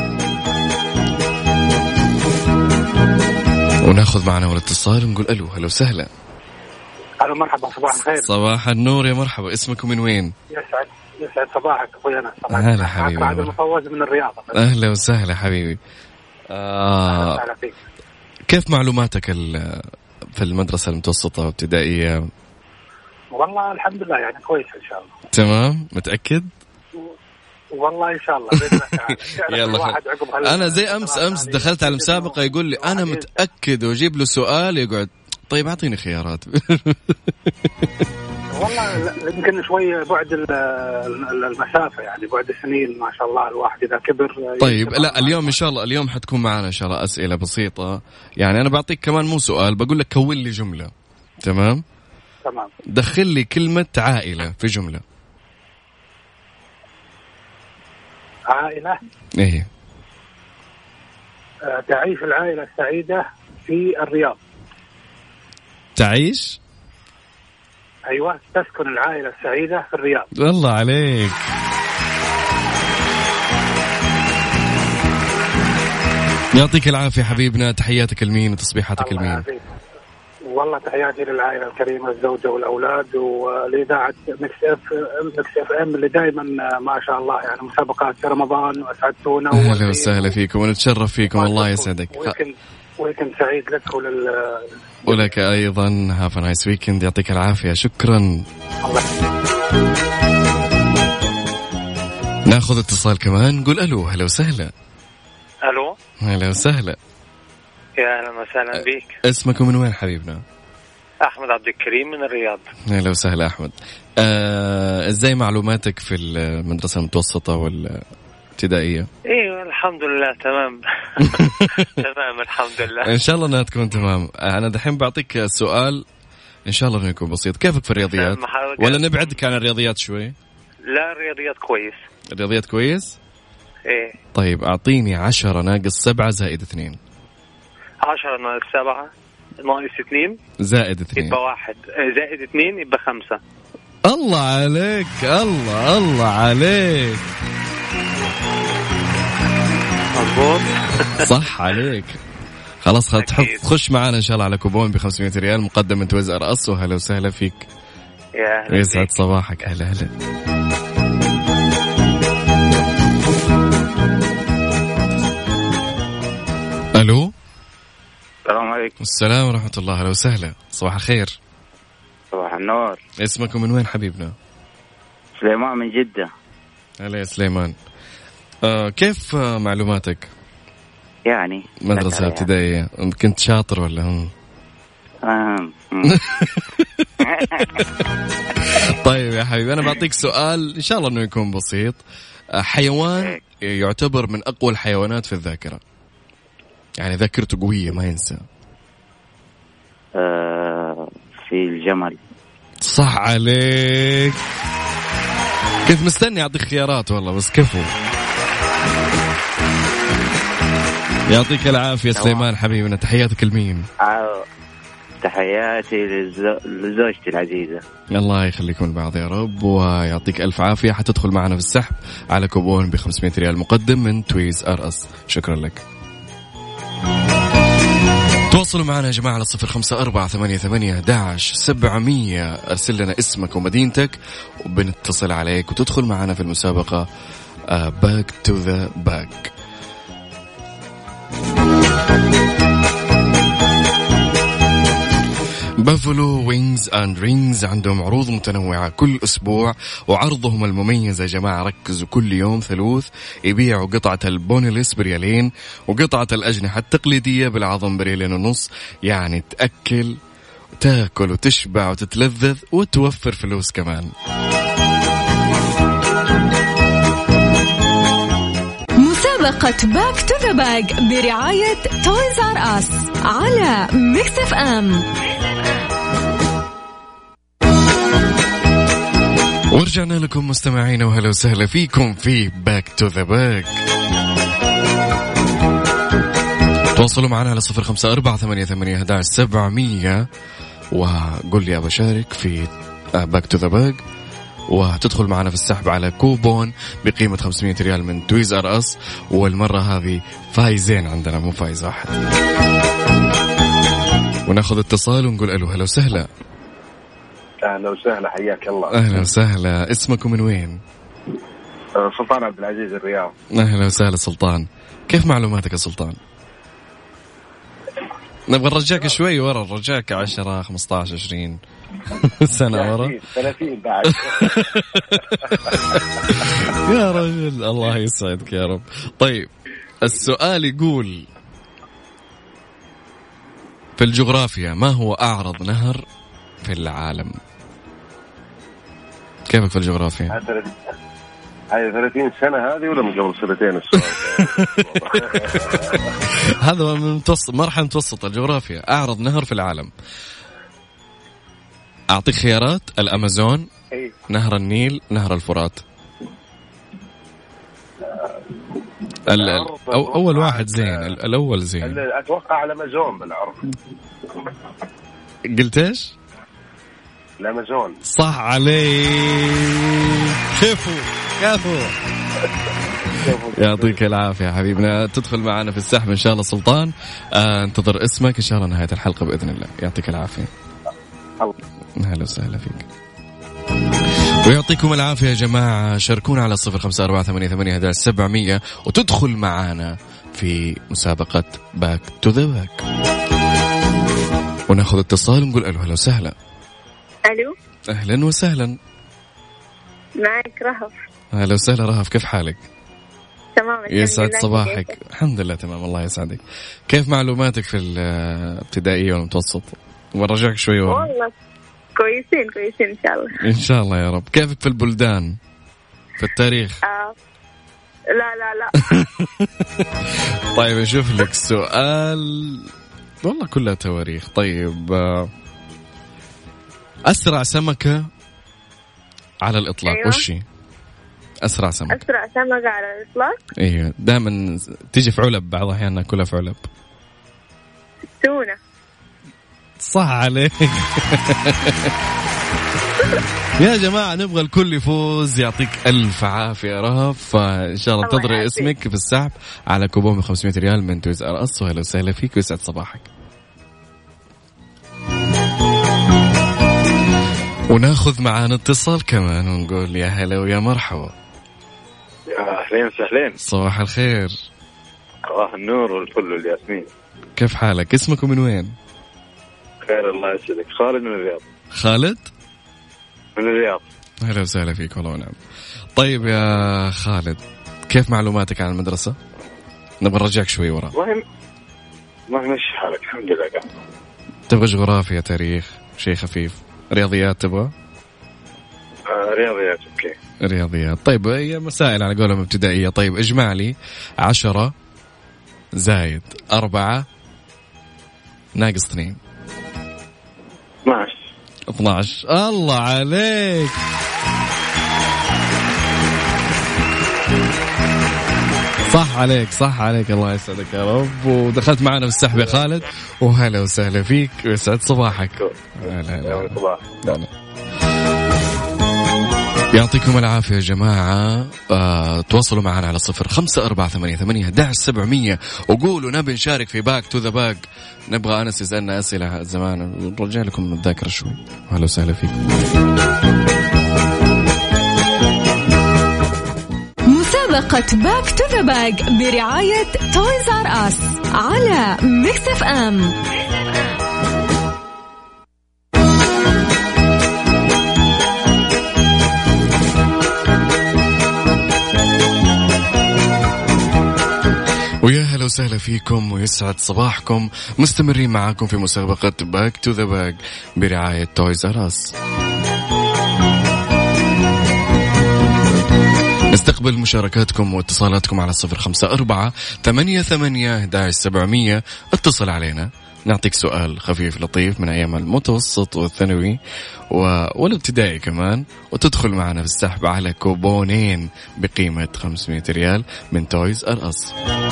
وناخذ معنا الاتصال ونقول ألو. هلا وسهلا.
ألو مرحبا، صباح الخير.
صباح النور يا مرحبا. اسمكم من وين؟
يسعد يسعد صباحك أخوي أنا.
هلا حبيبي.
عبد المفوز من الرياض.
أهلا وسهلا حبيبي. آه كيف معلوماتك في المدرسة المتوسطة والابتدائية؟
والله الحمد لله يعني كويس إن شاء الله.
تمام متأكد؟
والله إن شاء الله بإذن الله.
يلا خل... أنا زي أمس أمس دخلت على المسابقة يقول لي أنا متأكد وأجيب له سؤال يقعد طيب أعطيني خيارات.
والله يمكن شوية بعد المسافة يعني بعد السنين ما شاء الله الواحد إذا كبر.
طيب لا اليوم إن شاء الله اليوم حتكون معنا إن شاء الله أسئلة بسيطة يعني. أنا بعطيك كمان مو سؤال، بقول لك كون لي جملة. تمام
تمام.
دخل لي كلمة عائلة في جملة.
عائلة
إيه؟
أه تعيش العائلة السعيدة في الرياض.
تعيش؟
أيوة تسكن العائلة السعيدة في الرياض.
والله عليك. يعطيك العافية حبيبنا. تحياتك لمين وتصبيحاتك لمين؟
والله تحياتي للعائلة الكريمة الزوجة والأولاد ولإذاعة ميكس اف ميكس اف ام اللي دائما ما شاء الله يعني مسابقات في رمضان وأسعدتونا.
أهلا وسهلا فيكم ونتشرف فيكم. الله يسعدك.
ويكند ويكند سعيد لك ولل
ولك أيضا. هاف نايس ويكند. يعطيك العافية. شكرا. ناخذ اتصال كمان نقول ألو. هلا وسهلا.
ألو.
هلا وسهلا.
يا أهلا وسهلا بك.
اسمك من وين حبيبنا؟
أحمد عبد الكريم من الرياض.
هلا وسهلا أحمد. آه، إزاي معلوماتك في المدرسة المتوسطة والابتدائية؟
إيه الحمد لله تمام. تمام الحمد لله.
إن شاء الله أنها تكون تمام. أنا دحين بعطيك سؤال إن شاء الله إنه يكون بسيط. كيفك في الرياضيات؟ ولا نبعدك عن الرياضيات شوي؟
لا الرياضيات كويس.
الرياضيات كويس؟
إيه.
طيب أعطيني عشرة ناقص سبعة زائد اثنين.
عشرة ناقص سبعة ناقص اثنين
زائد اثنين
يبقى واحد زائد اثنين يبقى خمسة.
الله عليك. الله الله عليك.
مظبوط.
صح عليك. خلاص تحط تخش معنا إن شاء الله على كوبون بخمسمية ريال مقدم من تويز آر أس. وهلا وسهلا فيك.
يا أهلا.
يسعد صباحك. أهلا أهلا. ألو.
السلام عليكم.
السلام ورحمة الله. هلا وسهلا. صباح الخير.
صباح النور.
اسمكم من وين حبيبنا؟
سليمان من جدة.
هلا يا سليمان. آه كيف آه معلوماتك؟
يعني
مدرسة ابتدائية يعني. كنت شاطر ولا هم؟
آه.
طيب يا حبيبي أنا بعطيك سؤال إن شاء الله إنه يكون بسيط. حيوان يعتبر من أقوى الحيوانات في الذاكرة، يعني ذاكرته قوية ما ينسى.
آه في الجمل.
صح عليك. كنت مستني أعطيك خيارات والله بس كفو. يعطيك العافية سليمان حبيبنا. تحياتك لمين؟
آه تحياتي لزوجتي العزيزة.
الله يخليكم لبعض يا رب ويعطيك ألف عافية. حتدخل معنا في السحب على كوبون بخمسمائة ريال مقدم من تويز آر أس. شكرا لك. تواصلوا معنا يا جماعة على صفر خمسة أربعة ثمانية ثمانية واحد واحد سبعمية. أرسل لنا اسمك ومدينتك وبنتصل عليك وتدخل معنا في المسابقة باك تو ذا باك. بافلو وينجز اند رينجز عندهم عروض متنوعة كل أسبوع وعرضهم المميز يا جماعة ركزوا كل يوم ثلوث يبيعوا قطعة البونيلس بريالين وقطعة الأجنحة التقليدية بالعظم بريالين ونص. يعني تأكل تاكل وتشبع وتتلذذ وتوفر فلوس كمان.
مسابقة باك تو ذا باك برعاية تويز آر أس على ميكس اف ام.
ورجعنا لكم مستمعين وهلا وسهلا فيكم في باك تو ذا باك. تواصلوا معنا على صفر خمسة أربعة ثمانية ثمانية واحد واحد سبعمية وقل لي أبا شارك في باك تو ذا باك وتدخل معنا في السحب على كوبون بقيمة خمسمائة ريال من تويز آر أس. والمرة هذه فايزين عندنا مو فايز واحد. وناخذ اتصال ونقول ألو. هلا وسهلا.
أهلا وسهلا حياك الله.
أهلا وسهلا. اسمكم من وين؟
سلطان عبد العزيز الرياض.
أهلا وسهلا سلطان. كيف معلوماتك يا سلطان؟ نبغى نرجعك شوي ورا. نرجعك عشرة خمسة عشر عشرين سنة ورا.
ثلاثين بعد.
يا رجل الله يسعدك يا رب. طيب السؤال يقول في الجغرافيا ما هو أعرض نهر في العالم؟ كيفك في الجغرافيا؟
هاي ثلاثين سنة هذه ولا من قبل سنتين السؤال؟
هذا من متوسط مرحلة متوسطة الجغرافيا. أعرض نهر في العالم. أعطيك خيارات: الأمازون، نهر النيل، نهر الفرات. ال أو أول واحد زين. الأول زين.
أتوقع الأمازون بالعرض.
قلت إيش؟
الأمازون.
صح عليك. كفو كفو. يعطيك العافية حبيبنا. تدخل معنا في السحب إن شاء الله سلطان. آه انتظر اسمك إن شاء الله نهاية الحلقة بإذن الله. يعطيك العافية. هلا وسهلا فيك ويعطيكم العافية يا جماعة. شاركونا على صفر خمسة أربعة ثمانية ثمانية واحد واحد سبعمية وتدخل معنا في مسابقة باك تو ذا باك. وناخذ اتصال ونقول ألو. هلا وسهلا.
ألو.
أهلا وسهلا.
معك رهف.
هلا وسهلا رهف. كيف حالك؟
تمام.
يسعد صباحك. الحمد لله تمام الله يسعدك. كيف معلوماتك في الابتدائية والمتوسط؟ ورجعك شوي ورا.
والله كويسين كويسين إن شاء الله.
إن شاء الله يا رب. كيفك في البلدان في التاريخ؟
آه. لا لا لا.
طيب أشوف لك سؤال والله كلها تواريخ. طيب أسرع سمكة على الإطلاق. أيوة. وشي أسرع سمكة؟
أسرع سمكة على الإطلاق.
إيه دائما تيجي في علب بعض الأحيان ناكلها في علب.
تونة.
صح عليك. يا جماعة نبغى الكل يفوز. يعطيك ألف عافية رهف. فإن شاء الله انتظري اسمك في السحب على كوبون خمسمائة ريال من تويز آر أس. وهلا وسهلا فيك ويسعد صباحك. وناخذ معانا اتصال كمان ونقول يا هلا ويا مرحبا.
يا أهلين وسهلين.
صباح الخير.
صباح النور والفل والياسمين.
كيف حالك؟ اسمك من وين؟
خير الله يسعدك. خالد من الرياض.
خالد
من الرياض.
أهلا وسهلا فيك والله ونعم. طيب يا خالد كيف معلوماتك عن المدرسة؟ نبغى نرجعك شوي ورا.
مهم ما ماشي حالك الحمد لله.
تبغى جغرافيا تاريخ شيء خفيف؟ رياضيات تبغى؟
آه رياضيات. اوكي
رياضيات. طيب هي مسائل على قولهم ابتدائية. طيب اجمع لي عشرة زايد أربعة ناقص اثنين.
اثناعش.
اثناعش. الله عليك. صح عليك صح عليك. الله يسعدك يا رب. ودخلت معنا في السحب يا خالد وهلا وسهلا فيك ويسعد صباحك. هلا هلا صباح. يعطيكم العافية يا جماعة. آه، تواصلوا معنا على صفر خمسة أربعة ثمانية ثمانية واحد واحد سبعمية وقولوا نبي نشارك في باك تو ذا باك. نبغى أنس يسألنا أسئلة زمان نرجع لكم الذاكرة شوي. هلا وسهلا فيكم.
مسابقة باك تو ذا باك برعاية تويز آر أس على ميكس اف ام.
ويا هلا وسهلا فيكم ويسعد صباحكم. مستمرين معاكم في مسابقة باك تو ذا باك برعاية تويز آر أس. نستقبل مشاركاتكم واتصالاتكم على صفر خمسة أربعة ثمانية ثمانية واحد واحد سبعمية. اتصل علينا نعطيك سؤال خفيف لطيف من أيام المتوسط والثانوي والابتدائي كمان، وتدخل معنا في السحب على كوبونين بقيمة خمسمية ريال من تويز آر أس.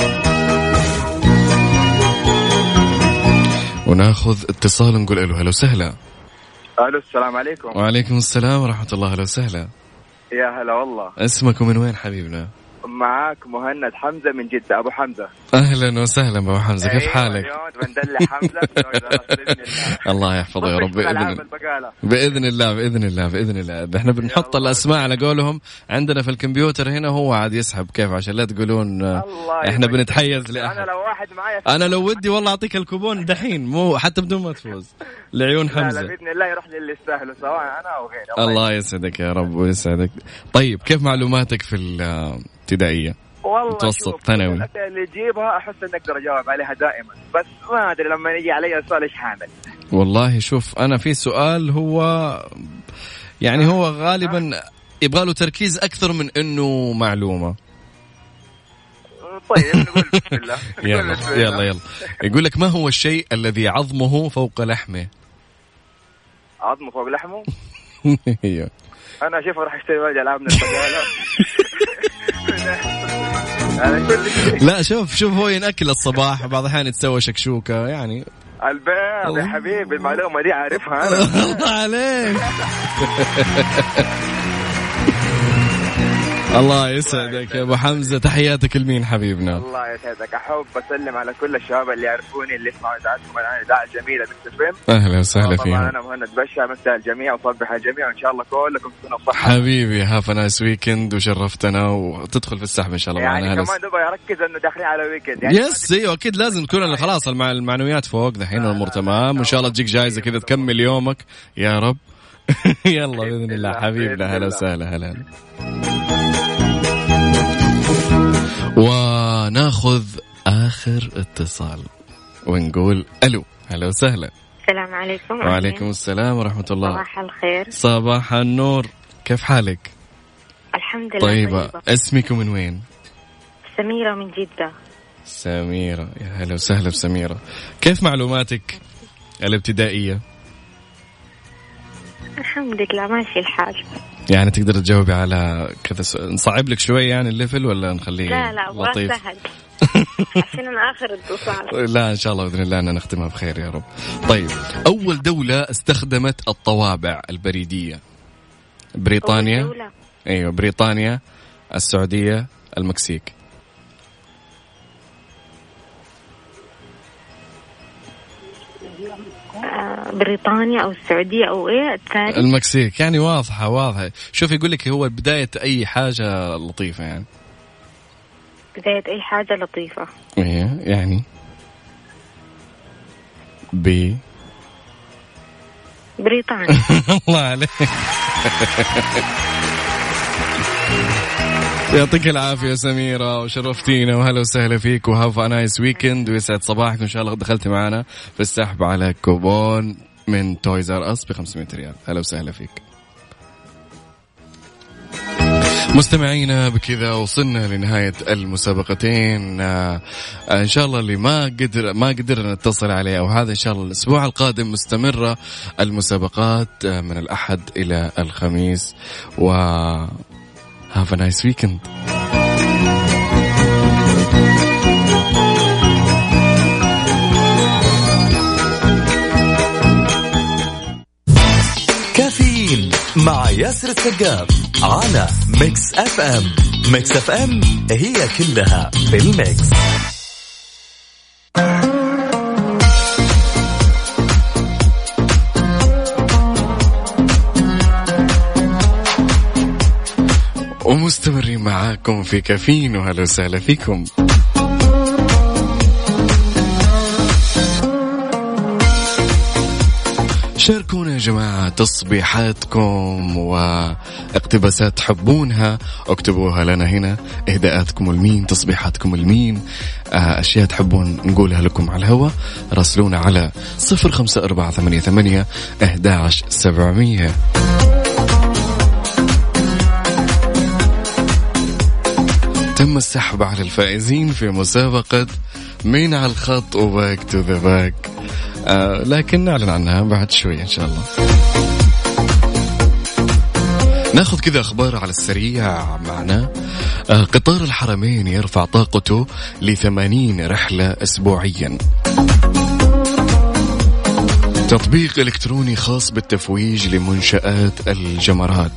وناخذ اتصال نقول ألو. هلا وسهلا.
ألو السلام عليكم.
وعليكم السلام ورحمة الله. هلا وسهلا.
يا هلا والله.
اسمك ومن وين حبيبنا؟
معاك مهند حمزة من جدة. أبو حمزة.
أهلا وسهلا أبو حمزة. كيف حالك؟
بندلع حمزة.
الله يحفظه يا رب. بإذن, بإذن الله بإذن الله بإذن الله. احنا بنحط الأسماء على قولهم عندنا في الكمبيوتر هنا، هو عاد يسحب كيف عشان لا تقولون احنا بنتحيز لأحد.
أنا لو واحد معايا
أنا لو ودي والله أعطيك الكوبون دحين مو حتى بدون ما تفوز لعيون حمزة.
لا بإذن الله يروح للي يستاهله سواء أنا أو غيره.
الله, الله يسعدك يا رب ويسعدك. طيب كيف معلوماتك في الابتدائية؟
والله
متوسط ثانوي.
اللي يجيبها أحس إن أقدر أجاوب عليها دائما، بس ما أدري لما يجي علي السؤال إيش حامل.
والله شوف أنا في سؤال هو يعني هو غالبا يبغى له تركيز أكثر من إنه معلومة.
طيب نقول بسم الله.
يلا يلا يلا. يقول لك ما هو الشيء الذي عظمه فوق لحمه؟
عظمه فوق لحمه؟
ايوه.
أنا أشوف راح أشتري واجد ألعاب من البقالة.
لا شوف شوف هو ينأكل الصباح بعض الأحيان يتسوى شكشوكة يعني.
البيض يا حبيبي المعلومة دي عارفها أنا.
الله عليك. الله يسعدك يا أبو حمزة. تحياتك لمين حبيبنا؟
الله يسعدك. أحب أسلم على كل الشباب اللي يعرفوني اللي يسمعوا إذاعتكم الآن إذاعة جميلة مكتفين.
أهلا وسهلا فيهم.
طبعا أنا مهند بشا مساء الجميع وصبح الجميع وإن شاء الله كلكم تكونوا بصحة.
حبيبي هاف نايس ويكند وشرفتنا وتدخل في السحب إن شاء الله
يعني
معنا.
كمان دوبا يركز إنه داخلين على ويكند يعني.
يس أيوة أكيد لازم تكون خلاص المعنويات فوق دحين والأمور تمام وإن شاء الله تجيك جائزة كذا تكمل يومك يا رب. يلا بإذن الله حبيبنا. هلا وسهلا. هلا. وناخذ آخر اتصال ونقول ألو. هلا وسهلا.
السلام عليكم.
وعليكم السلام ورحمة الله.
صباح الخير.
صباح النور. كيف حالك؟
الحمد لله.
طيبة.
طيبة.
اسمك من وين؟
سميرة من جدة.
سميرة يا هلا وسهلا بسميرة. كيف معلوماتك الابتدائية؟
الحمد لله ماشي الحال.
يعني تقدر تجاوبي على كذا سؤال نصعب لك شوية يعني الليفل ولا نخليه
لا لا
لطيف؟
سهل عشان أنا آخر اتصال.
لا إن شاء الله بإذن الله أن نختمها بخير يا رب. طيب أول دولة استخدمت الطوابع البريدية؟ بريطانيا.
أول دولة.
أيوة بريطانيا، السعودية، المكسيك.
بريطانيا أو السعودية أو إيه الثاني؟
المكسيك. يعني واضحة واضحة. شوف يقول لك هو بداية أي حاجة لطيفة يعني.
بداية أي حاجة لطيفة.
إيه يعني ب
بريطانيا.
الله عليك. يعطيك العافية سميرة وشرفتينا وهلا وسهلا فيك وهاف نايس ويكند ويسعد صباحك. إن شاء الله دخلت معنا في السحب على كوبون من تويز آر أس بخمسمائة ريال. هلا وسهلا فيك. مستمعينا بكذا وصلنا لنهاية المسابقتين. آه إن شاء الله اللي ما قدر ما قدرنا نتصل عليه أو هذا إن شاء الله الأسبوع القادم مستمرة المسابقات آه من الأحد إلى الخميس. و have a nice weekend.
كافيين مع ياسر السقاف على ميكس اف ام. ميكس اف ام هي كلها في الميكس.
ومستمرين معاكم في كافيين وهلا وسهلا فيكم. شاركونا يا جماعة تصبيحاتكم واقتباسات تحبونها، اكتبوها لنا هنا. اهداءاتكم لمين، تصبيحاتكم لمين، اشياء تحبون نقولها لكم على الهواء، راسلونا على صفر خمسة أربعة ثمانية ثمانية أحد عشر سبعمية. تم السحب على الفائزين في مسابقة مين على الخط وباك تو ذا باك، آه لكن نعلن عنها بعد شوي إن شاء الله. ناخذ كذا أخبار على السريع معنا. آه قطار الحرمين يرفع طاقته لثمانين رحلة أسبوعيا. تطبيق إلكتروني خاص بالتفويج لمنشآت الجمرات.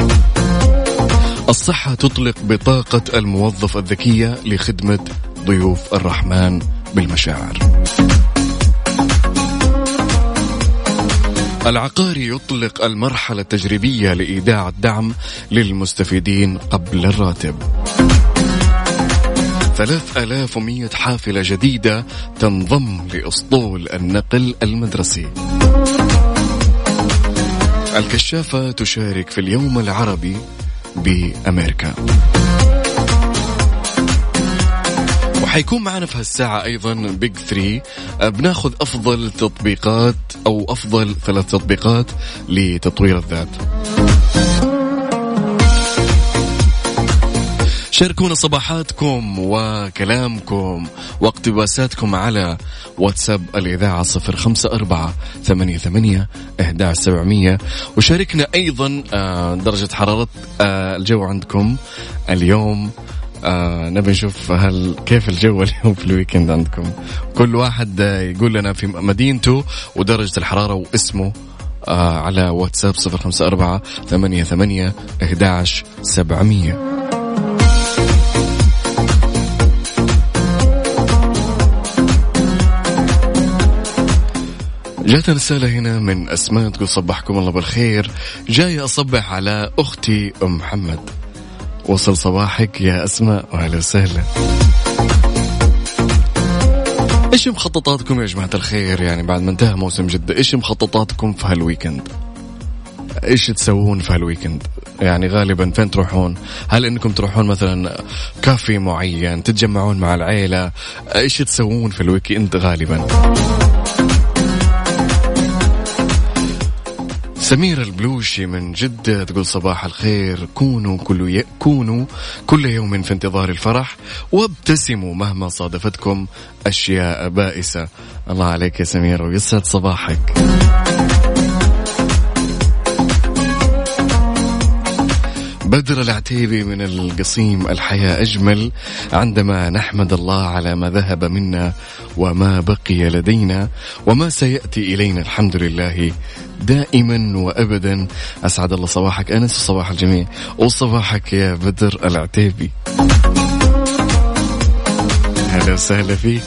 الصحة تطلق بطاقة الموظف الذكية لخدمة ضيوف الرحمن بالمشاعر. العقاري يطلق المرحلة التجريبية لإيداع الدعم للمستفيدين قبل الراتب. ثلاث آلاف ومئة حافلة جديدة تنضم لأسطول النقل المدرسي. الكشافة تشارك في اليوم العربي بأمريكا. وحيكون معنا في هالساعة أيضا بيج ثري، بناخذ أفضل تطبيقات أو أفضل ثلاث تطبيقات لتطوير الذات. شاركونا صباحاتكم وكلامكم واقتباساتكم على واتساب الإذاعة صفر خمسة أربعة ثمانية ثمانية أحد عشر سبعمية. وشاركنا أيضا درجة حرارة الجو عندكم اليوم. آه نبي نشوف هل كيف الجو اليوم في الويكند عندكم. كل واحد يقول لنا في مدينته ودرجة الحرارة واسمه آه على واتساب صفر خمسة أربعة ثمانية ثمانية أحد عشر سبعمية. جاتنا رسالة هنا من أسماء تقول صبحكم الله بالخير، جاي أصبح على أختي أم محمد. وصل صباحك يا أسماء وأهلا وسهلا. إيش مخططاتكم يا جماعة الخير؟ يعني بعد ما انتهى موسم جدة إيش مخططاتكم في هالويكند؟ إيش تسوون في هالويكند؟ يعني غالبا فين تروحون؟ هل إنكم تروحون مثلا كافي معين، تتجمعون مع العيلة؟ إيش تسوون في الويكند غالبا؟ سميرة البلوشي من جدة تقول صباح الخير، كونوا كل ي... كونوا كل يوم في انتظار الفرح وابتسموا مهما صادفتكم أشياء بائسة. الله عليك يا سميرة ويسعد صباحك. بدر العتيبي من القصيم، الحياة أجمل عندما نحمد الله على ما ذهب منا وما بقي لدينا وما سيأتي إلينا، الحمد لله دائما وأبدا. أسعد الله صباحك أنس وصباح الجميع وصباحك يا بدر العتيبي، هلا وسهلا فيك.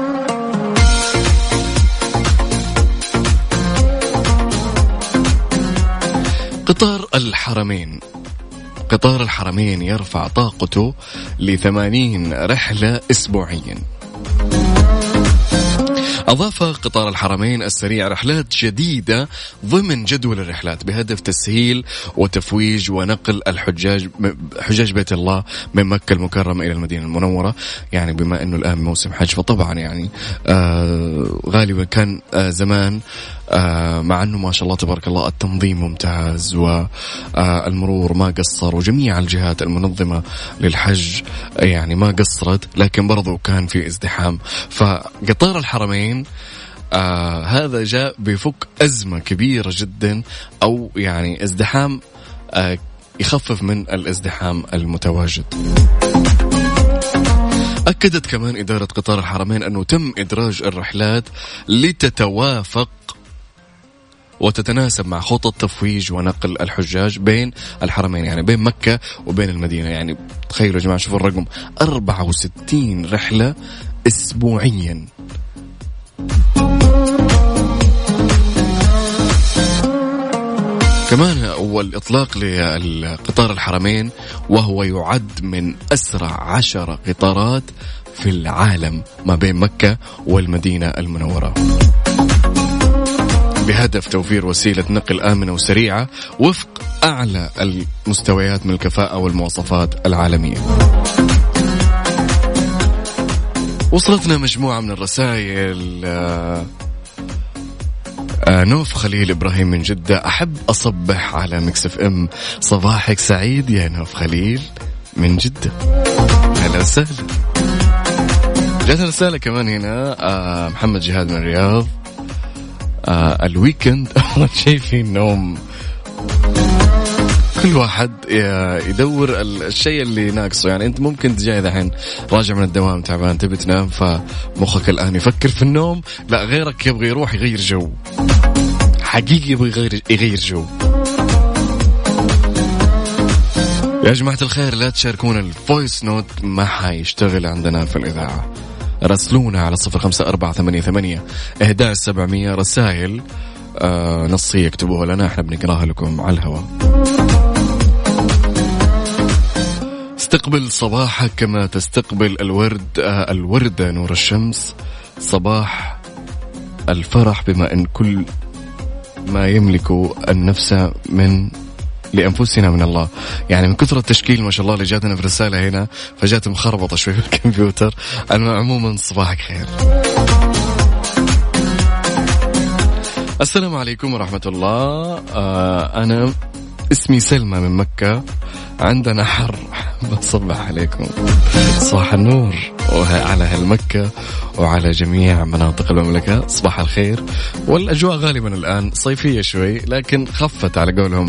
قطار الحرمين قطار الحرمين يرفع طاقته لثمانين رحلة أسبوعيا. أضاف قطار الحرمين السريع رحلات جديدة ضمن جدول الرحلات بهدف تسهيل وتفويج ونقل الحجاج حجاج بيت الله من مكة المكرمة إلى المدينة المنورة. يعني بما أنه الآن موسم حج فطبعا يعني آه غالبا كان آه زمان آه مع أنه ما شاء الله تبارك الله التنظيم ممتاز والمرور ما قصر وجميع الجهات المنظمة للحج يعني ما قصرت، لكن برضو كان في ازدحام. فقطار الحرمين آه هذا جاء بفك أزمة كبيرة جدا، أو يعني ازدحام آه يخفف من الازدحام المتواجد. أكدت كمان إدارة قطار الحرمين أنه تم إدراج الرحلات لتتوافق وتتناسب مع خطط تفويج ونقل الحجاج بين الحرمين، يعني بين مكة وبين المدينة. يعني تخيلوا يا جماعة، شوفوا الرقم، أربعة وستين رحلة أسبوعيا. كمان والإطلاق لقطار الحرمين وهو يعد من أسرع عشر قطارات في العالم ما بين مكة والمدينة المنورة، بهدف توفير وسيلة نقل آمنة وسريعة وفق أعلى المستويات من الكفاءة والمواصفات العالمية. وصلتنا مجموعة من الرسائل. آه آه نوف خليل إبراهيم من جدة: أحب أصبح على ميكس اف ام، صباحك سعيد يا نوف خليل من جدة. أهلا وسهلا. جاتنا رسالة كمان هنا آه محمد جهاد من الرياض: آه الويكند أول شيء في النوم. كل واحد يدور الشيء اللي ناقصه. يعني أنت ممكن تجي الحين راجع من الدوام تعبان تبي تنام، فمخك الآن يفكر في النوم، لا غيرك يبغى يروح يغير جو، حقيقي يبغى يغير يغير جو. يا جماعة الخير لا تشاركونا الفويس نوت، ما حيشتغل عندنا في الإذاعة. راسلونا على صفر خمسة أربعة ثمانية ثمانية إحدى عشر سبعمية، رسائل آه نصية اكتبوها لنا، احنا بنقراها لكم على الهواء. استقبل صباحك كما تستقبل الورد آه الوردة نور الشمس، صباح الفرح بما ان كل ما يملك النفس من لأنفسنا من الله. يعني من كثرة التشكيل ما شاء الله اللي جاتنا في رسالة هنا فجات مخربطة شوي في الكمبيوتر. أنا عموما صباحك خير. السلام عليكم ورحمة الله. آه أنا اسمي سلمى من مكة، عندنا حر. بصبح عليكم صباح النور على أهل مكة وعلى جميع مناطق المملكة. صباح الخير. والأجواء غالبا الآن صيفية شوي لكن خفت على قولهم.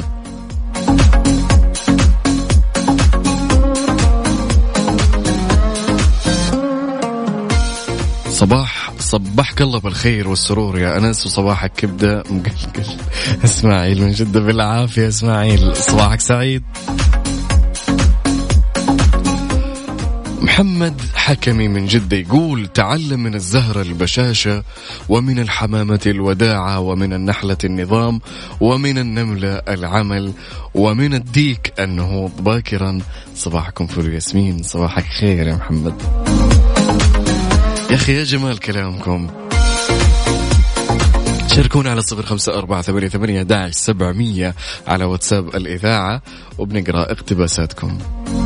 صباح صبحك الله بالخير والسرور يا أنس، وصباحك كبدة مقلقل. إسماعيل من جدة بالعافية. إسماعيل صباحك سعيد. محمد حكمي من جدة يقول: تعلم من الزهرة البشاشة، ومن الحمامة الوداعة، ومن النحلة النظام، ومن النملة العمل، ومن الديك النهوض باكرا. صباحكم فل ياسمين. صباحك خير يا محمد. يا أخي يا جمال كلامكم. شاركونا على صفر خمسة أربعة ثمانية ثمانية داعش سبعمية على واتساب الإذاعة وبنقرأ اقتباساتكم.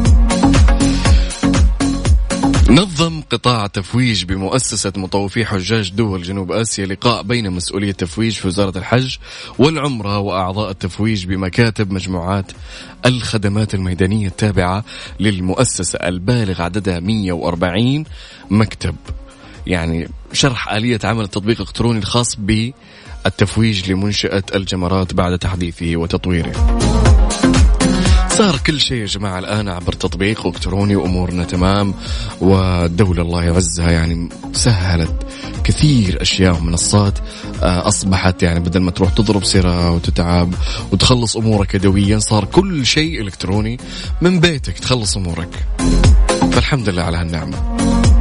نظم قطاع تفويج بمؤسسة مطوفي حجاج دول جنوب آسيا لقاء بين مسؤولية التفويج في وزارة الحج والعمرة وأعضاء التفويج بمكاتب مجموعات الخدمات الميدانية التابعة للمؤسسة البالغ عددها مئة وأربعين مكتب. يعني شرح آلية عمل التطبيق الإلكتروني الخاص بالتفويج لمنشأة الجمرات بعد تحديثه وتطويره. صار كل شيء يا جماعة الآن عبر تطبيق إلكتروني وأمورنا تمام، والدولة الله يعزها يعني سهلت كثير أشياء ومنصات أصبحت يعني بدل ما تروح تضرب سيرة وتتعب وتخلص أمورك يدويا، صار كل شيء إلكتروني من بيتك تخلص أمورك. فالحمد لله على هالنعمة.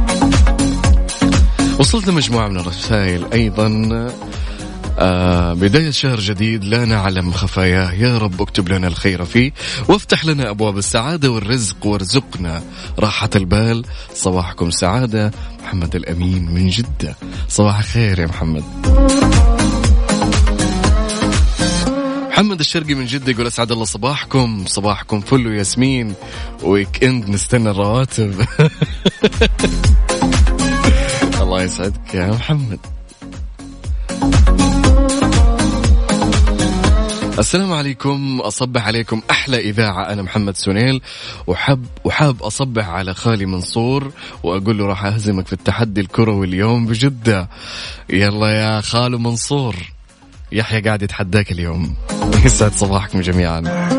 وصلت مجموعة من الرسائل أيضا. آه بداية شهر جديد لا نعلم خفاياه، يا رب اكتب لنا الخير فيه وافتح لنا أبواب السعادة والرزق وارزقنا راحة البال. صباحكم سعادة. محمد الأمين من جدة. صباح خير يا محمد. محمد الشرقي من جدة يقول: أسعد الله صباحكم. صباحكم فل وياسمين، ويك اند نستنى الرواتب. الله يسعدك يا محمد. السلام عليكم، أصبح عليكم أحلى إذاعة. أنا محمد سنيل وحب وحاب أصبح على خالي منصور وأقول له راح أهزمك في التحدي الكروي اليوم بجدة. يلا يا خالو منصور، يحيى قاعد يتحداك اليوم. يسعد صباحكم جميعا.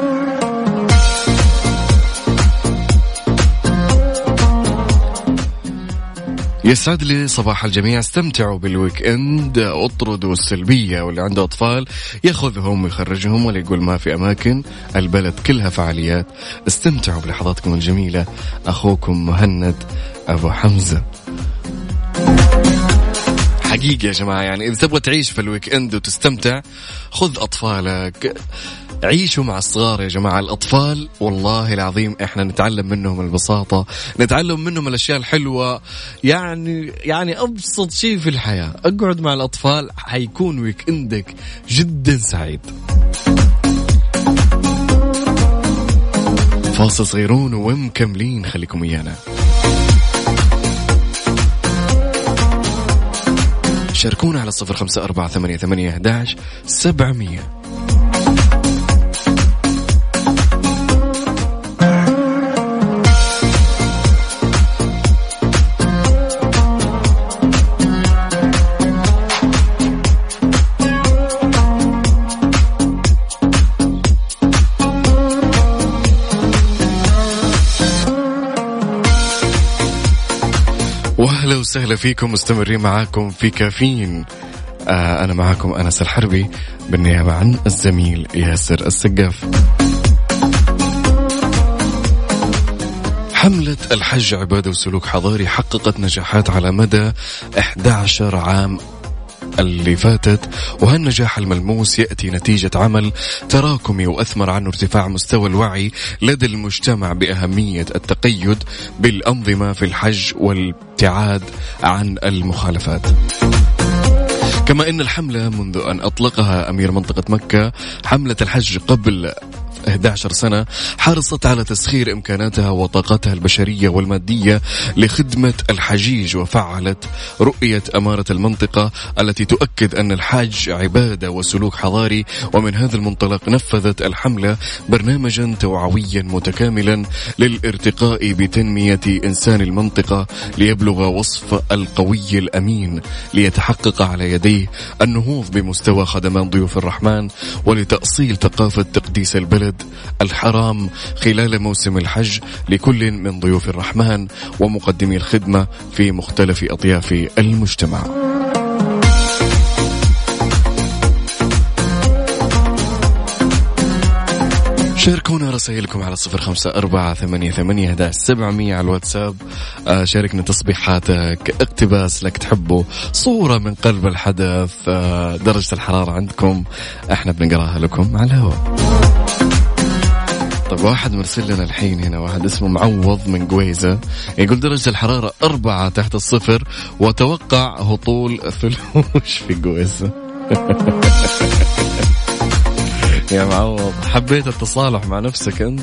يسعد لي صباح الجميع. استمتعوا بالويك اند، اطردوا السلبية، واللي عنده أطفال ياخذهم ويخرجهم، ولا يقول ما في أماكن، البلد كلها فعاليات. استمتعوا بلحظاتكم الجميلة. أخوكم مهند أبو حمزة. حقيقة يا جماعة، يعني إذا تبغى تعيش في الويك اند وتستمتع، خذ أطفالك، عيشوا مع الصغار يا جماعة. الأطفال والله العظيم إحنا نتعلم منهم البساطة، نتعلم منهم الأشياء الحلوة. يعني يعني أبسط شيء في الحياة، أقعد مع الأطفال حيكون ويك اندك جدا سعيد. فاصل صغيرون ومكملين، خليكم ويانا. شاركونا على صفر خمسة أربعة ثمانية ثمانية أحد سبعمية. واهلا وسهلا فيكم، مستمرين معاكم في كافيين. آه أنا معاكم أنس الحربي بالنيابة عن الزميل ياسر السقاف. حملة الحج عبادة وسلوك حضاري حققت نجاحات على مدى أحد عشر عام اللي فاتت، وهالنجاح الملموس يأتي نتيجة عمل تراكمي وأثمر عنه ارتفاع مستوى الوعي لدى المجتمع بأهمية التقيد بالأنظمة في الحج والابتعاد عن المخالفات. كما إن الحملة منذ أن أطلقها أمير منطقة مكة حملة الحج قبل إحدى عشرة سنة حرصت على تسخير إمكاناتها وطاقتها البشرية والمادية لخدمة الحجيج، وفعلت رؤية أمارة المنطقة التي تؤكد أن الحج عبادة وسلوك حضاري. ومن هذا المنطلق نفذت الحملة برنامجا توعويا متكاملا للارتقاء بتنمية إنسان المنطقة ليبلغ وصف القوي الأمين، ليتحقق على يديه النهوض بمستوى خدمات ضيوف الرحمن، ولتأصيل ثقافة تقديس البلد الحرام خلال موسم الحج لكل من ضيوف الرحمن ومقدمي الخدمة في مختلف أطياف المجتمع. شاركونا رسائلكم على صفر خمسة أربعة ثمانية ثمانية أحد سبعمية على الواتساب. آه شاركنا تصبيحاتك، اقتباس لك تحبه، صورة من قلب الحدث، آه درجة الحرارة عندكم، احنا بنقراها لكم على الهواء. طيب واحد مرسل لنا الحين هنا، واحد اسمه معوض من قويزة، يقول درجة الحرارة أربعة تحت الصفر وتوقع هطول ثلوج في قويزة. يا معوض، حبيت التصالح مع نفسك أنت.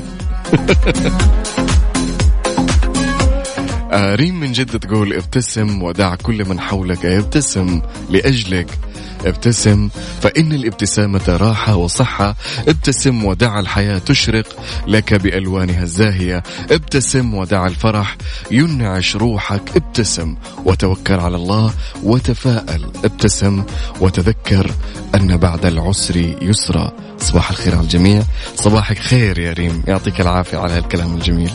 آه ريم من جدة تقول ابتسم ودع كل من حولك يبتسم لأجلك، ابتسم فإن الابتسامة راحة وصحة، ابتسم ودع الحياة تشرق لك بألوانها الزاهية، ابتسم ودع الفرح ينعش روحك، ابتسم وتوكل على الله وتفائل، ابتسم وتذكر أن بعد العسر يسرا. صباح الخير على الجميع. صباحك خير يا ريم، يعطيك العافية على هالكلام الجميل.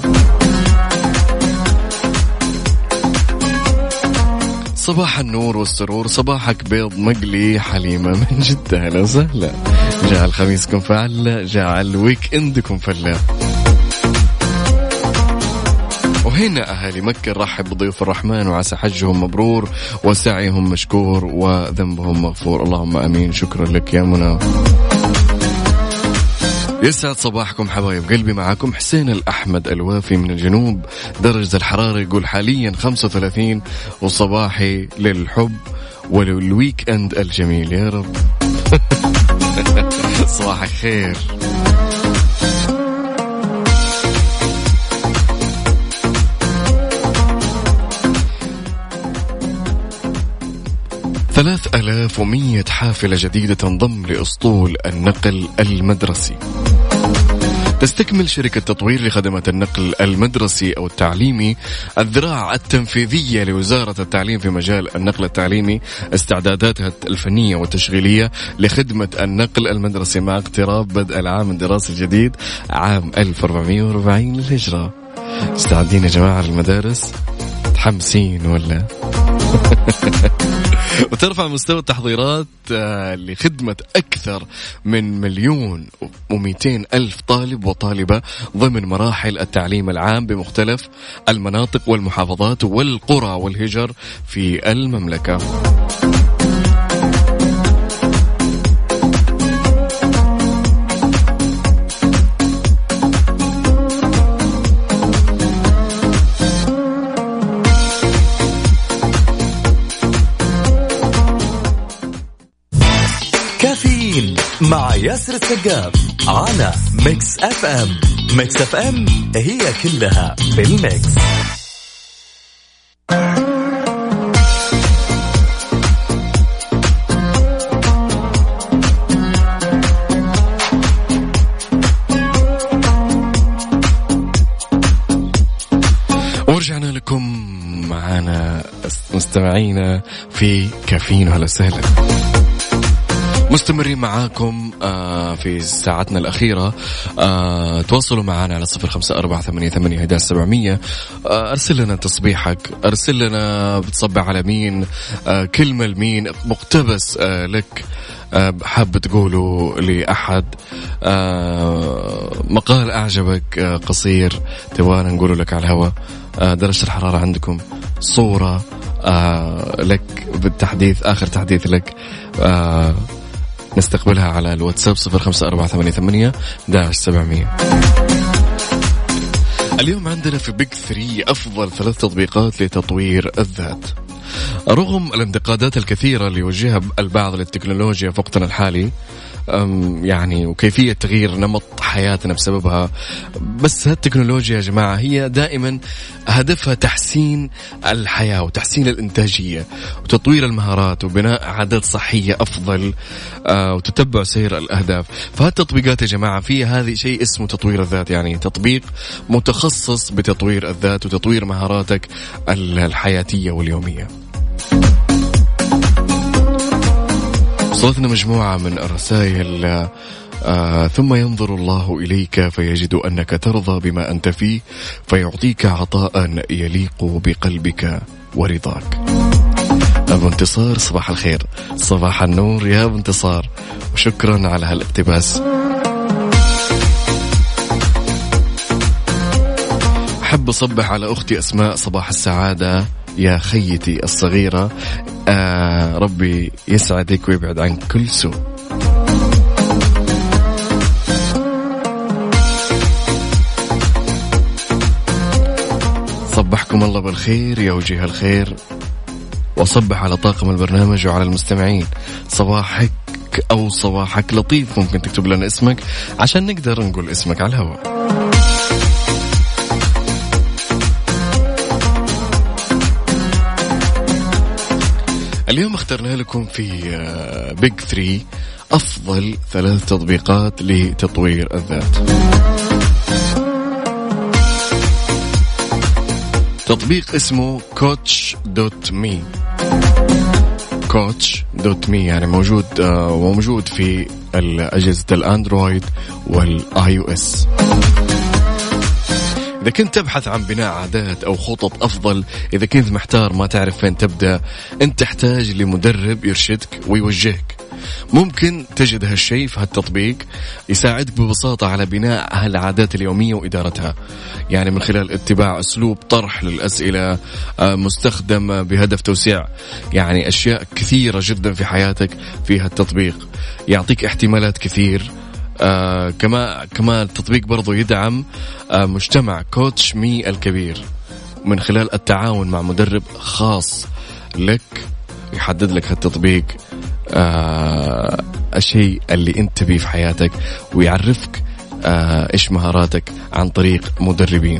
صباح النور والسرور، صباحك بيض مقلي حليمة من جدة. أهلا وسهلا. جاء خميسكم فعلا، جاء الويك اندكم فلا. وهنا أهالي مكة رحب بضيوف الرحمن وعسى حجهم مبرور وسعيهم مشكور وذنبهم مغفور. اللهم أمين. شكرا لك يا منى. يسعد صباحكم حبايب قلبي. معاكم حسين الأحمد الوافي من الجنوب. درجة الحرارة يقول حاليا خمسة وثلاثين، وصباحي للحب وللويك اند الجميل يا رب. صباحك خير. ثلاث آلاف ومية حافلة جديدة تنضم لأسطول النقل المدرسي. تستكمل شركة تطوير لخدمات النقل المدرسي أو التعليمي الذراع التنفيذية لوزارة التعليم في مجال النقل التعليمي استعداداتها الفنية والتشغيلية لخدمة النقل المدرسي مع اقتراب بدء العام الدراسي الجديد عام ألف وأربعمائة وأربعين للهجرة. مستعدين يا جماعة للمدارس؟ متحمسين ولا؟ وترفع مستوى التحضيرات لخدمة أكثر من مليون ومئتين ألف طالب وطالبة ضمن مراحل التعليم العام بمختلف المناطق والمحافظات والقرى والهجر في المملكة.
كافيين مع ياسر السقاف على ميكس اف ام. ميكس اف ام هي كلها بالميكس.
ورجعنا لكم معنا مستمعينا في كافيين. وهلا وسهلا، مستمرين معاكم في ساعتنا الأخيرة. تواصلوا معنا على صفر خمسة أربعة ثمانية ثمانية واحد واحد سبعمية. أرسل لنا تصبيحك، أرسل لنا بتصبح على مين، كلمة لمين، مقتبس لك حاب تقوله لأحد، مقال أعجبك قصير تبغانا نقوله لك على الهواء، درجة الحرارة عندكم، صورة لك بالتحديث، آخر تحديث لك، نستقبلها على الواتساب صفر خمسة أربعة ثمانية ثمانية واحد واحد سبعمية. اليوم عندنا في بيج ثري أفضل ثلاث تطبيقات لتطوير الذات. رغم الانتقادات الكثيرة اللي يوجهها البعض للتكنولوجيا في وقتنا الحالي يعني وكيفية تغيير نمط حياتنا بسببها، بس هالتكنولوجيا يا جماعة هي دائما هدفها تحسين الحياة وتحسين الإنتاجية وتطوير المهارات وبناء عادات صحية أفضل وتتبع سير الأهداف. فهالتطبيقات يا جماعة فيها هذه شيء اسمه تطوير الذات، يعني تطبيق متخصص بتطوير الذات وتطوير مهاراتك الحياتية واليومية. وصلتنا مجموعة من الرسائل. آه ثم ينظر الله إليك فيجد أنك ترضى بما أنت فيه فيعطيك عطاء يليق بقلبك ورضاك. أبو انتصار صباح الخير، صباح النور يا أبو انتصار، وشكرا على هالاقتباس. أحب أصبح على أختي أسماء، صباح السعادة يا خيتي الصغيرة، آه ربي يسعدك ويبعد عنك كل سوء. صبحكم الله بالخير يا وجه الخير، وصبح على طاقم البرنامج وعلى المستمعين. صباحك أو صباحك لطيف، ممكن تكتب لنا اسمك عشان نقدر نقول اسمك على الهواء. اليوم اخترنا لكم في بيج ثري أفضل ثلاث تطبيقات لتطوير الذات. تطبيق اسمه كوتش دوت مي. كوتش دوت مي يعني موجود وموجود في أجهزة الأندرويد والآي أو إس. إذا كنت تبحث عن بناء عادات أو خطط أفضل، إذا كنت محتار ما تعرف فين تبدأ، أنت تحتاج لمدرب يرشدك ويوجهك. ممكن تجد هالشيء في هالتطبيق يساعدك ببساطة على بناء هالعادات اليومية وإدارتها، يعني من خلال اتباع أسلوب طرح للأسئلة مستخدم بهدف توسيع يعني أشياء كثيرة جدا في حياتك في هالتطبيق، يعطيك احتمالات كثير. آه كما كما التطبيق برضو يدعم آه مجتمع كوتش مي الكبير من خلال التعاون مع مدرب خاص لك يحدد لك هالتطبيق آه الشيء اللي انت بيه في حياتك ويعرفك آه ايش مهاراتك عن طريق مدربين.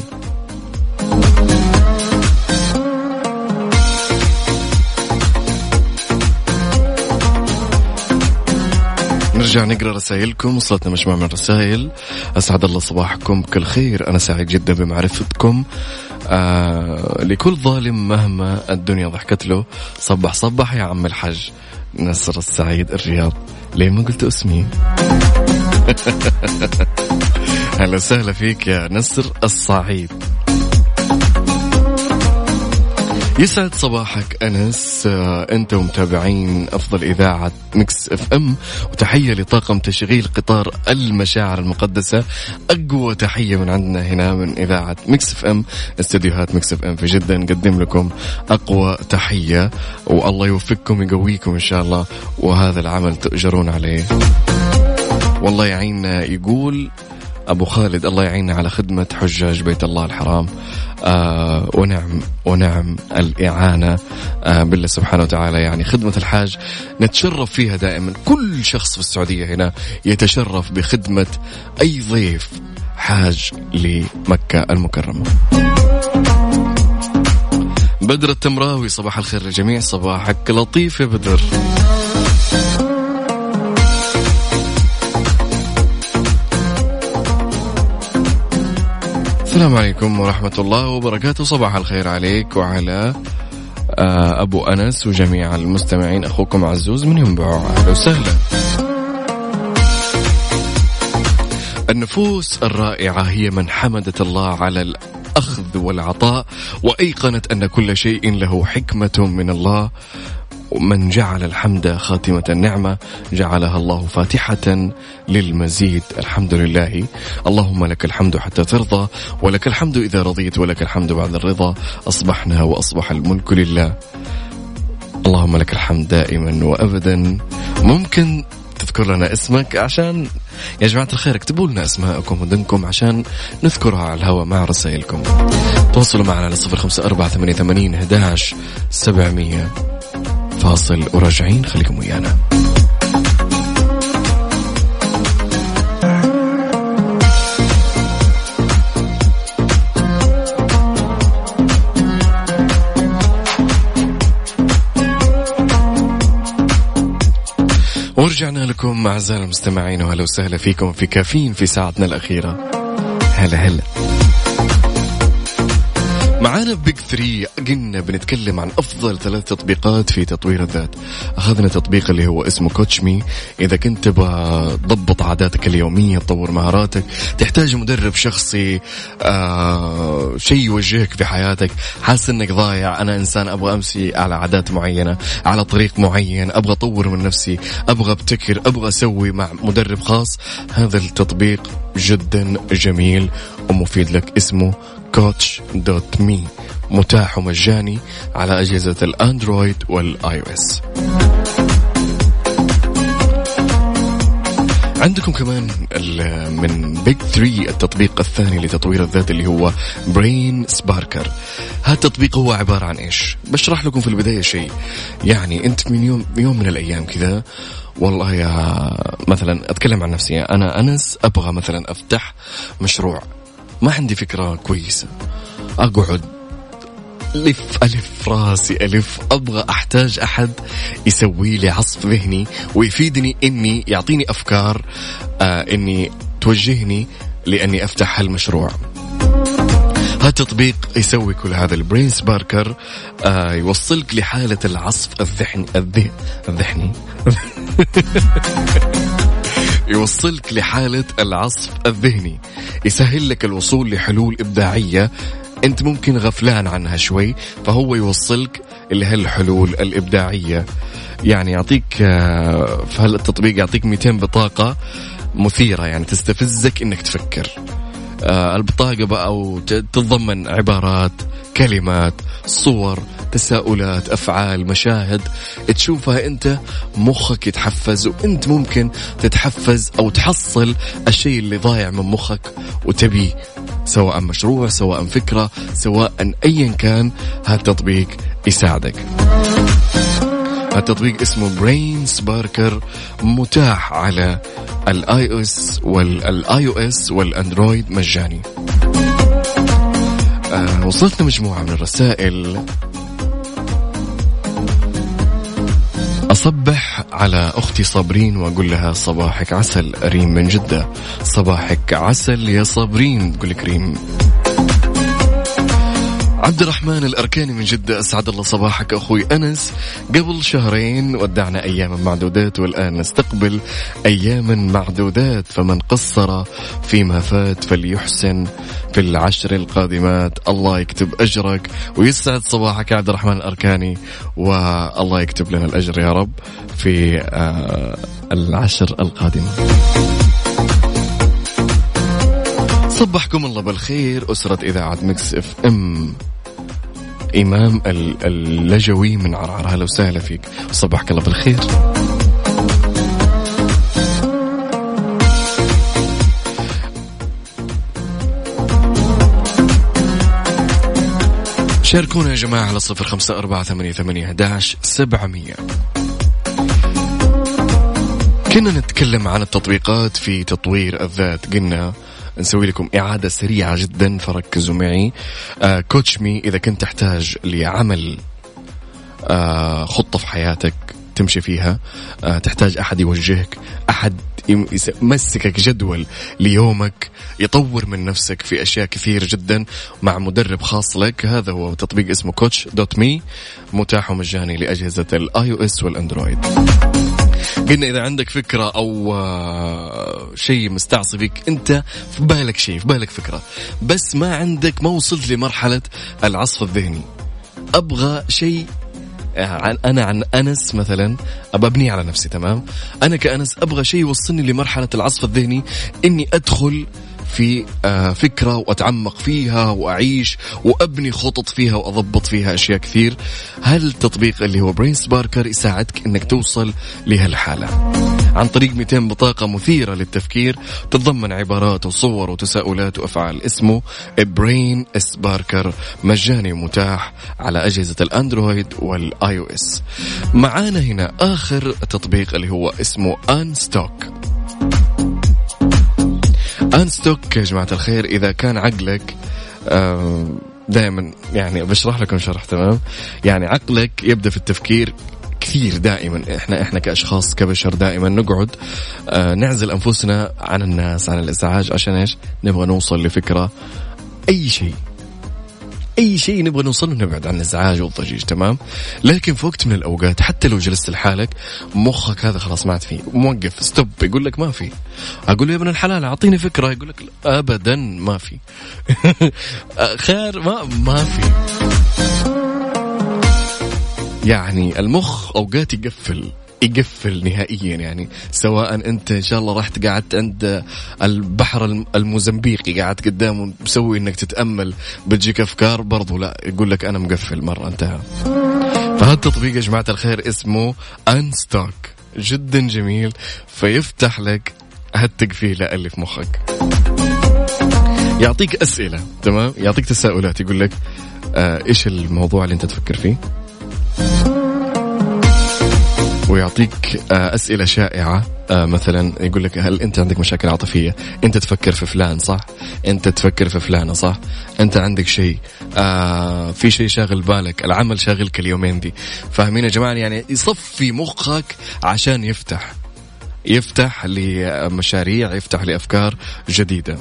نرجع نقرأ رسائلكم. وصلتنا مجموعة من الرسائل. أسعد الله صباحكم بكل خير. أنا سعيد جدا بمعرفتكم. آه لكل ظالم مهما الدنيا ضحكت له صبح صبح يا عم الحج. نصر السعيد الرياض. ليه ما قلت اسمي؟ هلا وسهلا فيك يا نصر الصعيد. يسعد صباحك أنس. أنت ومتابعين أفضل إذاعة ميكس اف ام. وتحية لطاقم تشغيل قطار المشاعر المقدسة. أقوى تحية من عندنا هنا من إذاعة ميكس اف ام، استديوهات ميكس اف ام في جدة. نقدم لكم أقوى تحية والله يوفقكم يقويكم إن شاء الله، وهذا العمل تؤجرون عليه. والله يعيننا. يقول أبو خالد الله يعيننا على خدمة حجاج بيت الله الحرام. آه ونعم ونعم الإعانة آه بالله سبحانه وتعالى. يعني خدمة الحاج نتشرف فيها دائما. كل شخص في السعودية هنا يتشرف بخدمة أي ضيف حاج لمكة المكرمة. بدر التمراوي صباح الخير للجميع. صباحك لطيف يا بدر. السلام عليكم ورحمة الله وبركاته. صباح الخير عليك وعلى أبو أنس وجميع المستمعين. أخوكم عزوز من ينبع. أهلا وسهلا. النفوس الرائعة هي من حمدت الله على الأخذ والعطاء وأيقنت أن كل شيء له حكمة من الله. ومن جعل الحمد خاتمة النعمة جعلها الله فاتحة للمزيد. الحمد لله. اللهم لك الحمد حتى ترضى، ولك الحمد إذا رضيت، ولك الحمد بعد الرضا. أصبحنا وأصبح الملك لله. اللهم لك الحمد دائما وأبدا. ممكن تذكر لنا اسمك عشان يا جماعة الخير اكتبوا لنا اسماءكم ودنكم عشان نذكرها على الهواء مع رسائلكم. تواصلوا معنا على صفر خمسة أربعة ثمانية ثمانين أحد عشر سبعمية. فاصل وراجعين، خليكم ويانا. ورجعنا لكم أعزائي المستمعين، وهلا وسهلا فيكم في كافيين في ساعتنا الأخيرة. هلا هلا معانا بيج ثري. قلنا بنتكلم عن أفضل ثلاث تطبيقات في تطوير الذات. أخذنا تطبيق اللي هو اسمه كوتشمي. إذا كنت بضبط عاداتك اليومية، تطور مهاراتك، تحتاج مدرب شخصي، آه شيء يوجهك في حياتك، حاسس أنك ضايع. أنا إنسان أبغى أمشي على عادات معينة، على طريق معين، أبغى أطور من نفسي، أبغى أبتكر، أبغى أسوي مع مدرب خاص. هذا التطبيق جدا جميل ومفيد لك. اسمه كوتش دوت مي. متاح ومجاني على أجهزة الأندرويد والآي أو إس. عندكم كمان من بيج ثري التطبيق الثاني لتطوير الذات اللي هو برين سباركر. هذا التطبيق هو عبارة عن إيش؟ بشرح لكم في البداية شيء. يعني أنت من يوم يوم من الأيام كذا، والله يا مثلا أتكلم عن نفسي، أنا أنس أبغى مثلا أفتح مشروع، ما عندي فكرة كويسة، أقعد ألف ألف راسي ألف، أبغى أحتاج أحد يسوي لي عصف ذهني ويفيدني، إني يعطيني أفكار، آه إني توجهني لأني أفتح هالمشروع. هذا التطبيق يسوي كل هذا. البرين سباركر آه يوصلك لحالة العصف الذهني الذهني الذهني يوصلك لحالة العصف الذهني، يسهل لك الوصول لحلول إبداعية أنت ممكن غفلان عنها شوي، فهو يوصلك لهالحلول الإبداعية. يعني يعطيك في هالتطبيق يعطيك مئتين بطاقة مثيرة، يعني تستفزك إنك تفكر. البطاقة بقى وتتضمن عبارات، كلمات، صور، تساؤلات، أفعال، مشاهد تشوفها أنت، مخك يتحفز، وأنت ممكن تتحفز أو تحصل الشيء اللي ضايع من مخك وتبيه، سواء مشروع، سواء فكرة، سواء أيا كان. هذا التطبيق يساعدك. التطبيق اسمه برين سباركر، متاح على الاي او اس والاي او اس والاندرويد مجاني. آه وصلتنا مجموعة من الرسائل. أصبح على أختي صابرين وأقول لها صباحك عسل. ريم من جدة، صباحك عسل يا صابرين، تقول لك ريم. عبد الرحمن الأركاني من جدة، أسعد الله صباحك أخوي أنس. قبل شهرين ودعنا أيام معدودات والآن نستقبل أيام معدودات، فمن قصر فيما فات فليحسن في العشر القادمات. الله يكتب أجرك ويسعد صباحك يا عبد الرحمن الأركاني، والله يكتب لنا الأجر يا رب في آه العشر القادمة. صبحكم الله بالخير أسرة إذاعة ميكس اف ام. إمام اللجوي من عرعر، هلا وسهلا فيك، صبحك الله بالخير. شاركونا يا جماعة على صفر خمسة أربعة ثمانية ثمانية أحداش سبعمية. كنا نتكلم عن التطبيقات في تطوير الذات، قلنا نسوي لكم إعادة سريعة جدا فركزوا معي. آه كوتش مي، إذا كنت تحتاج لعمل آه خطة في حياتك تمشي فيها، آه تحتاج أحد يوجهك، أحد يمسكك جدول ليومك، يطور من نفسك في أشياء كثير جدا مع مدرب خاص لك. هذا هو تطبيق اسمه كوتش دوت مي، متاح ومجاني لأجهزة الآي أو إس والأندرويد. قلنا إذا عندك فكرة أو شيء مستعصبك، أنت في بالك شيء، في بالك فكرة، بس ما عندك، ما وصلت لمرحلة العصف الذهني، أبغى شيء عن أنا عن أنس مثلا، أبى أبني على نفسي، تمام؟ أنا كأنس أبغى شيء يوصلني لمرحلة العصف الذهني، إني أدخل في فكرة وأتعمق فيها وأعيش وأبني خطط فيها وأضبط فيها أشياء كثير. هالتطبيق اللي هو برين سباركر يساعدك إنك توصل لهالحالة عن طريق مئتين بطاقة مثيرة للتفكير، تتضمن عبارات وصور وتساؤلات وأفعال. اسمه برين سباركر، مجاني ومتاح على أجهزة الأندرويد والآي أو إس. معانا هنا آخر تطبيق اللي هو اسمه أنستوك. أنستوك يا جماعة الخير، إذا كان عقلك دائما، يعني بشرح لكم شرح، تمام؟ يعني عقلك يبدأ في التفكير كثير دائما. إحنا إحنا كأشخاص كبشر دائما نقعد آه نعزل أنفسنا عن الناس، عن الإزعاج، عشان إيش؟ نبغى نوصل لفكرة، أي شيء أي شيء نبغى نوصله نبعد عن الإزعاج والضجيج، تمام؟ لكن في وقت من الأوقات حتى لو جلست لحالك مخك هذا خلاص ما عاد فيه، موقف، ستوب، يقول لك ما في. أقول له يا ابن الحلال أعطيني فكرة، يقول لك أبدا ما في. خير، ما ما في. يعني المخ أوقات يقفل يقفل نهائيا، يعني سواء أنت إن شاء الله رحت قعدت عند البحر الموزمبيقي قعدت قدامه مسوي إنك تتأمل، بتجيك أفكار برضو، لا يقول لك أنا مقفل مرة، انتهى. فهذا التطبيق يا جماعة الخير اسمه أنستوك، جدا جميل، فيفتح لك هالتقفيلة اللي في مخك، يعطيك أسئلة، تمام؟ يعطيك تساؤلات، يقول لك آه إيش الموضوع اللي أنت تفكر فيه، ويعطيك أسئلة شائعة. مثلا يقول لك هل أنت عندك مشاكل عاطفية؟ أنت تفكر في فلان صح؟ أنت تفكر في فلانة صح؟ أنت عندك شيء آه في شيء شاغل بالك، العمل شاغلك اليومين دي، فاهمين يا جماعة؟ يعني يصفي مخك عشان يفتح يفتح لمشاريع، يفتح لأفكار جديدة.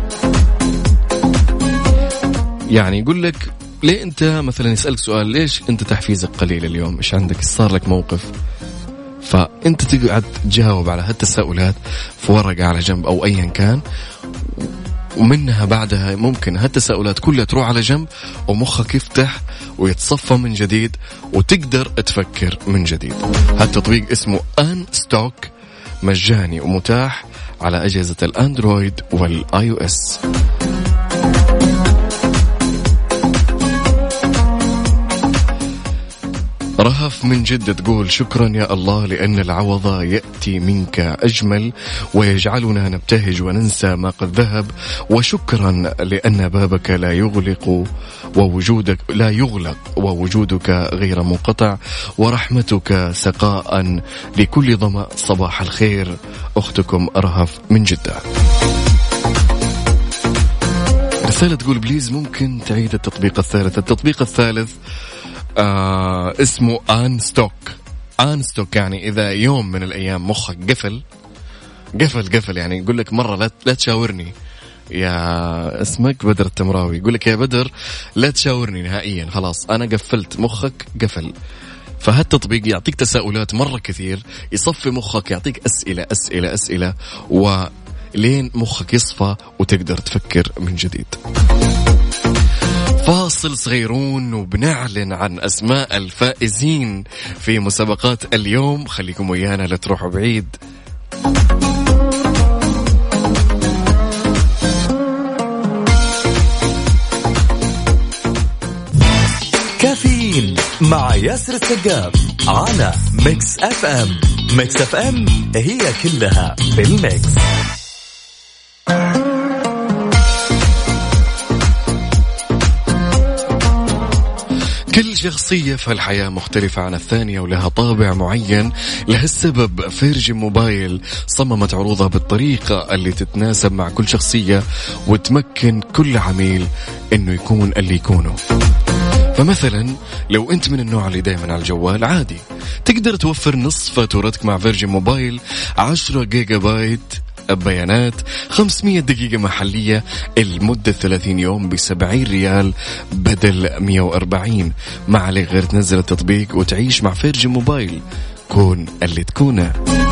يعني يقول لك ليه أنت مثلا، يسألك سؤال، ليش أنت تحفيزك قليل اليوم؟ إيش عندك؟ صار لك موقف؟ فأنت تقعد تجاوب على هالتساؤلات في ورقة على جنب أو أيا كان، ومنها بعدها ممكن هالتساؤلات كلها تروح على جنب ومخك يفتح ويتصفى من جديد وتقدر تفكر من جديد. هالتطبيق اسمه أنستوك، مجاني ومتاح على أجهزة الأندرويد والآي أو إس. رهف من جدة تقول شكرا يا الله لأن العوض يأتي منك أجمل ويجعلنا نبتهج وننسى ما قد ذهب، وشكرا لأن بابك لا يغلق ووجودك لا يغلق ووجودك غير منقطع، ورحمتك سقاء لكل ظمأ. صباح الخير، أختكم رهف من جدة. رسالة تقول بليز ممكن تعيد التطبيق الثالث. التطبيق الثالث آه اسمه أنستوك، انستوك، يعني إذا يوم من الأيام مخك قفل قفل قفل يعني يقول لك مرة لا لا تشاورني يا اسمك بدر التمراوي، يقول لك يا بدر لا تشاورني نهائيا، خلاص أنا قفلت، مخك قفل. فهالتطبيق يعطيك تساؤلات مرة كثير، يصفي مخك، يعطيك أسئلة أسئلة أسئلة ولين مخك يصفى وتقدر تفكر من جديد. فاصل صغيرون وبنعلن عن أسماء الفائزين في مسابقات اليوم، خليكم ويانا لا تروحوا بعيد.
كافيين مع ياسر السقاف على ميكس اف ام. ميكس اف ام هي كلها في الميكس.
كل شخصية في الحياة مختلفة عن الثانية ولها طابع معين. لهالسبب فيرجن موبايل صممت عروضها بالطريقة اللي تتناسب مع كل شخصية وتمكن كل عميل انه يكون اللي يكونه. فمثلا لو انت من النوع اللي دايما على الجوال، عادي تقدر توفر نصف فاتورتك مع فيرجن موبايل، عشرة جيجا بايت بيانات، خمسمية دقيقة محلية لمدة ثلاثين يوم بسبعين ريال بدل مية وأربعين. ما عليك غير تنزل التطبيق وتعيش مع فيرجن موبايل، كون اللي تكونه.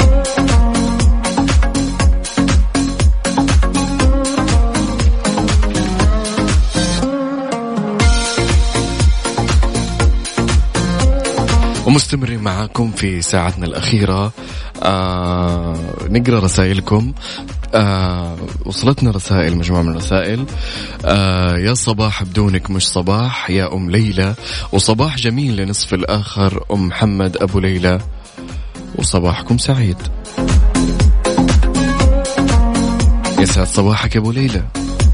ومستمرين معاكم في ساعتنا الأخيرة. آه نقرأ رسائلكم. آه وصلتنا رسائل، مجموعة من الرسائل. آه يا صباح بدونك مش صباح يا أم ليلى، وصباح جميل لنصف الآخر أم محمد أبو ليلى، وصباحكم سعيد. يسعد صباحك يا أبو ليلى.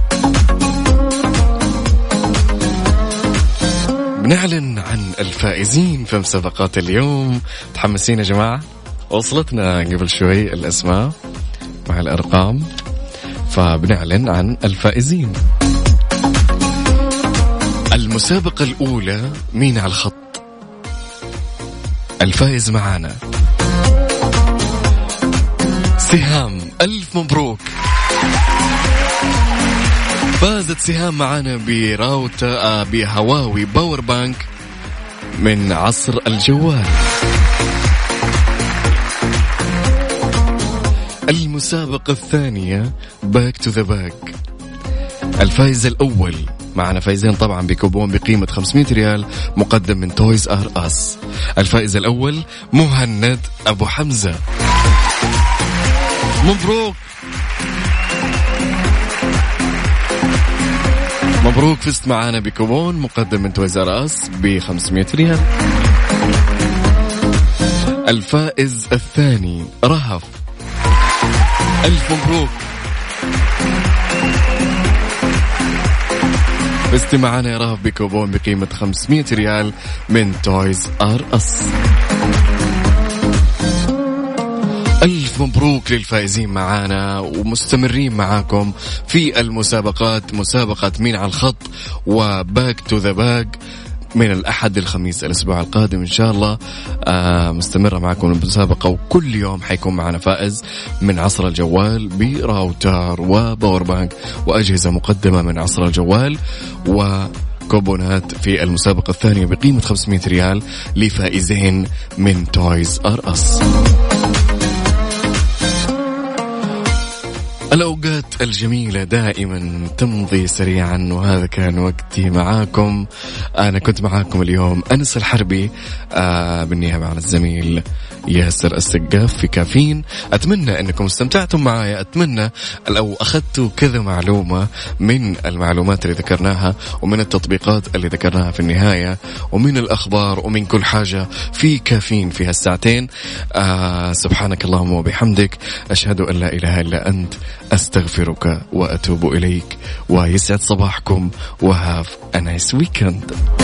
بنعلن عن الفائزين في مسابقات اليوم. تحمسين يا جماعة؟ وصلتنا قبل شوي الأسماء مع الأرقام، فبنعلن عن الفائزين. المسابقة الأولى مين على الخط؟ الفائز معانا سهام، ألف مبروك. فازت سهام معانا براوتر بهواوي باور بانك من عصر الجوال. المسابقة الثانية باك تو ذا باك. الفائز الأول معنا فايزين طبعا بكوبون بقيمة خمسمية ريال مقدم من تويز آر أس. الفائز الأول مهند أبو حمزة، مبروك مبروك، فزت معانا بكوبون مقدم من تويز آر أس بخمسمية ريال. الفائز الثاني رهف، ألف مبروك، فزت معانا يا رهف بكوبون بقيمة خمسمية ريال من تويز آر أس. ألف مبروك للفائزين معانا، ومستمرين معاكم في المسابقات، مسابقة مين على الخط وباك تو ذا باك من الأحد للخميس الأسبوع القادم إن شاء الله. آه مستمرة معكم المسابقة، وكل يوم حيكون معنا فائز من عصر الجوال براوتر وباور بانك وأجهزة مقدمة من عصر الجوال، وكوبونات في المسابقة الثانية بقيمة خمسمية ريال لفائزين من تويز آر أس. الأوقات الجميلة دائما تمضي سريعا، وهذا كان وقتي معاكم. أنا كنت معاكم اليوم أنس الحربي آه بالنيابة عن الزميل ياسر السقاف في كافين. أتمنى أنكم استمتعتم معايا، أتمنى لو أخذتوا كذا معلومة من المعلومات اللي ذكرناها ومن التطبيقات اللي ذكرناها في النهاية ومن الأخبار ومن كل حاجة في كافين في هالساعتين. آه سبحانك اللهم وبحمدك، أشهد أن لا إله إلا أنت، أستغفرك وأتوب إليك، ويسعد صباحكم وهاف a nice weekend.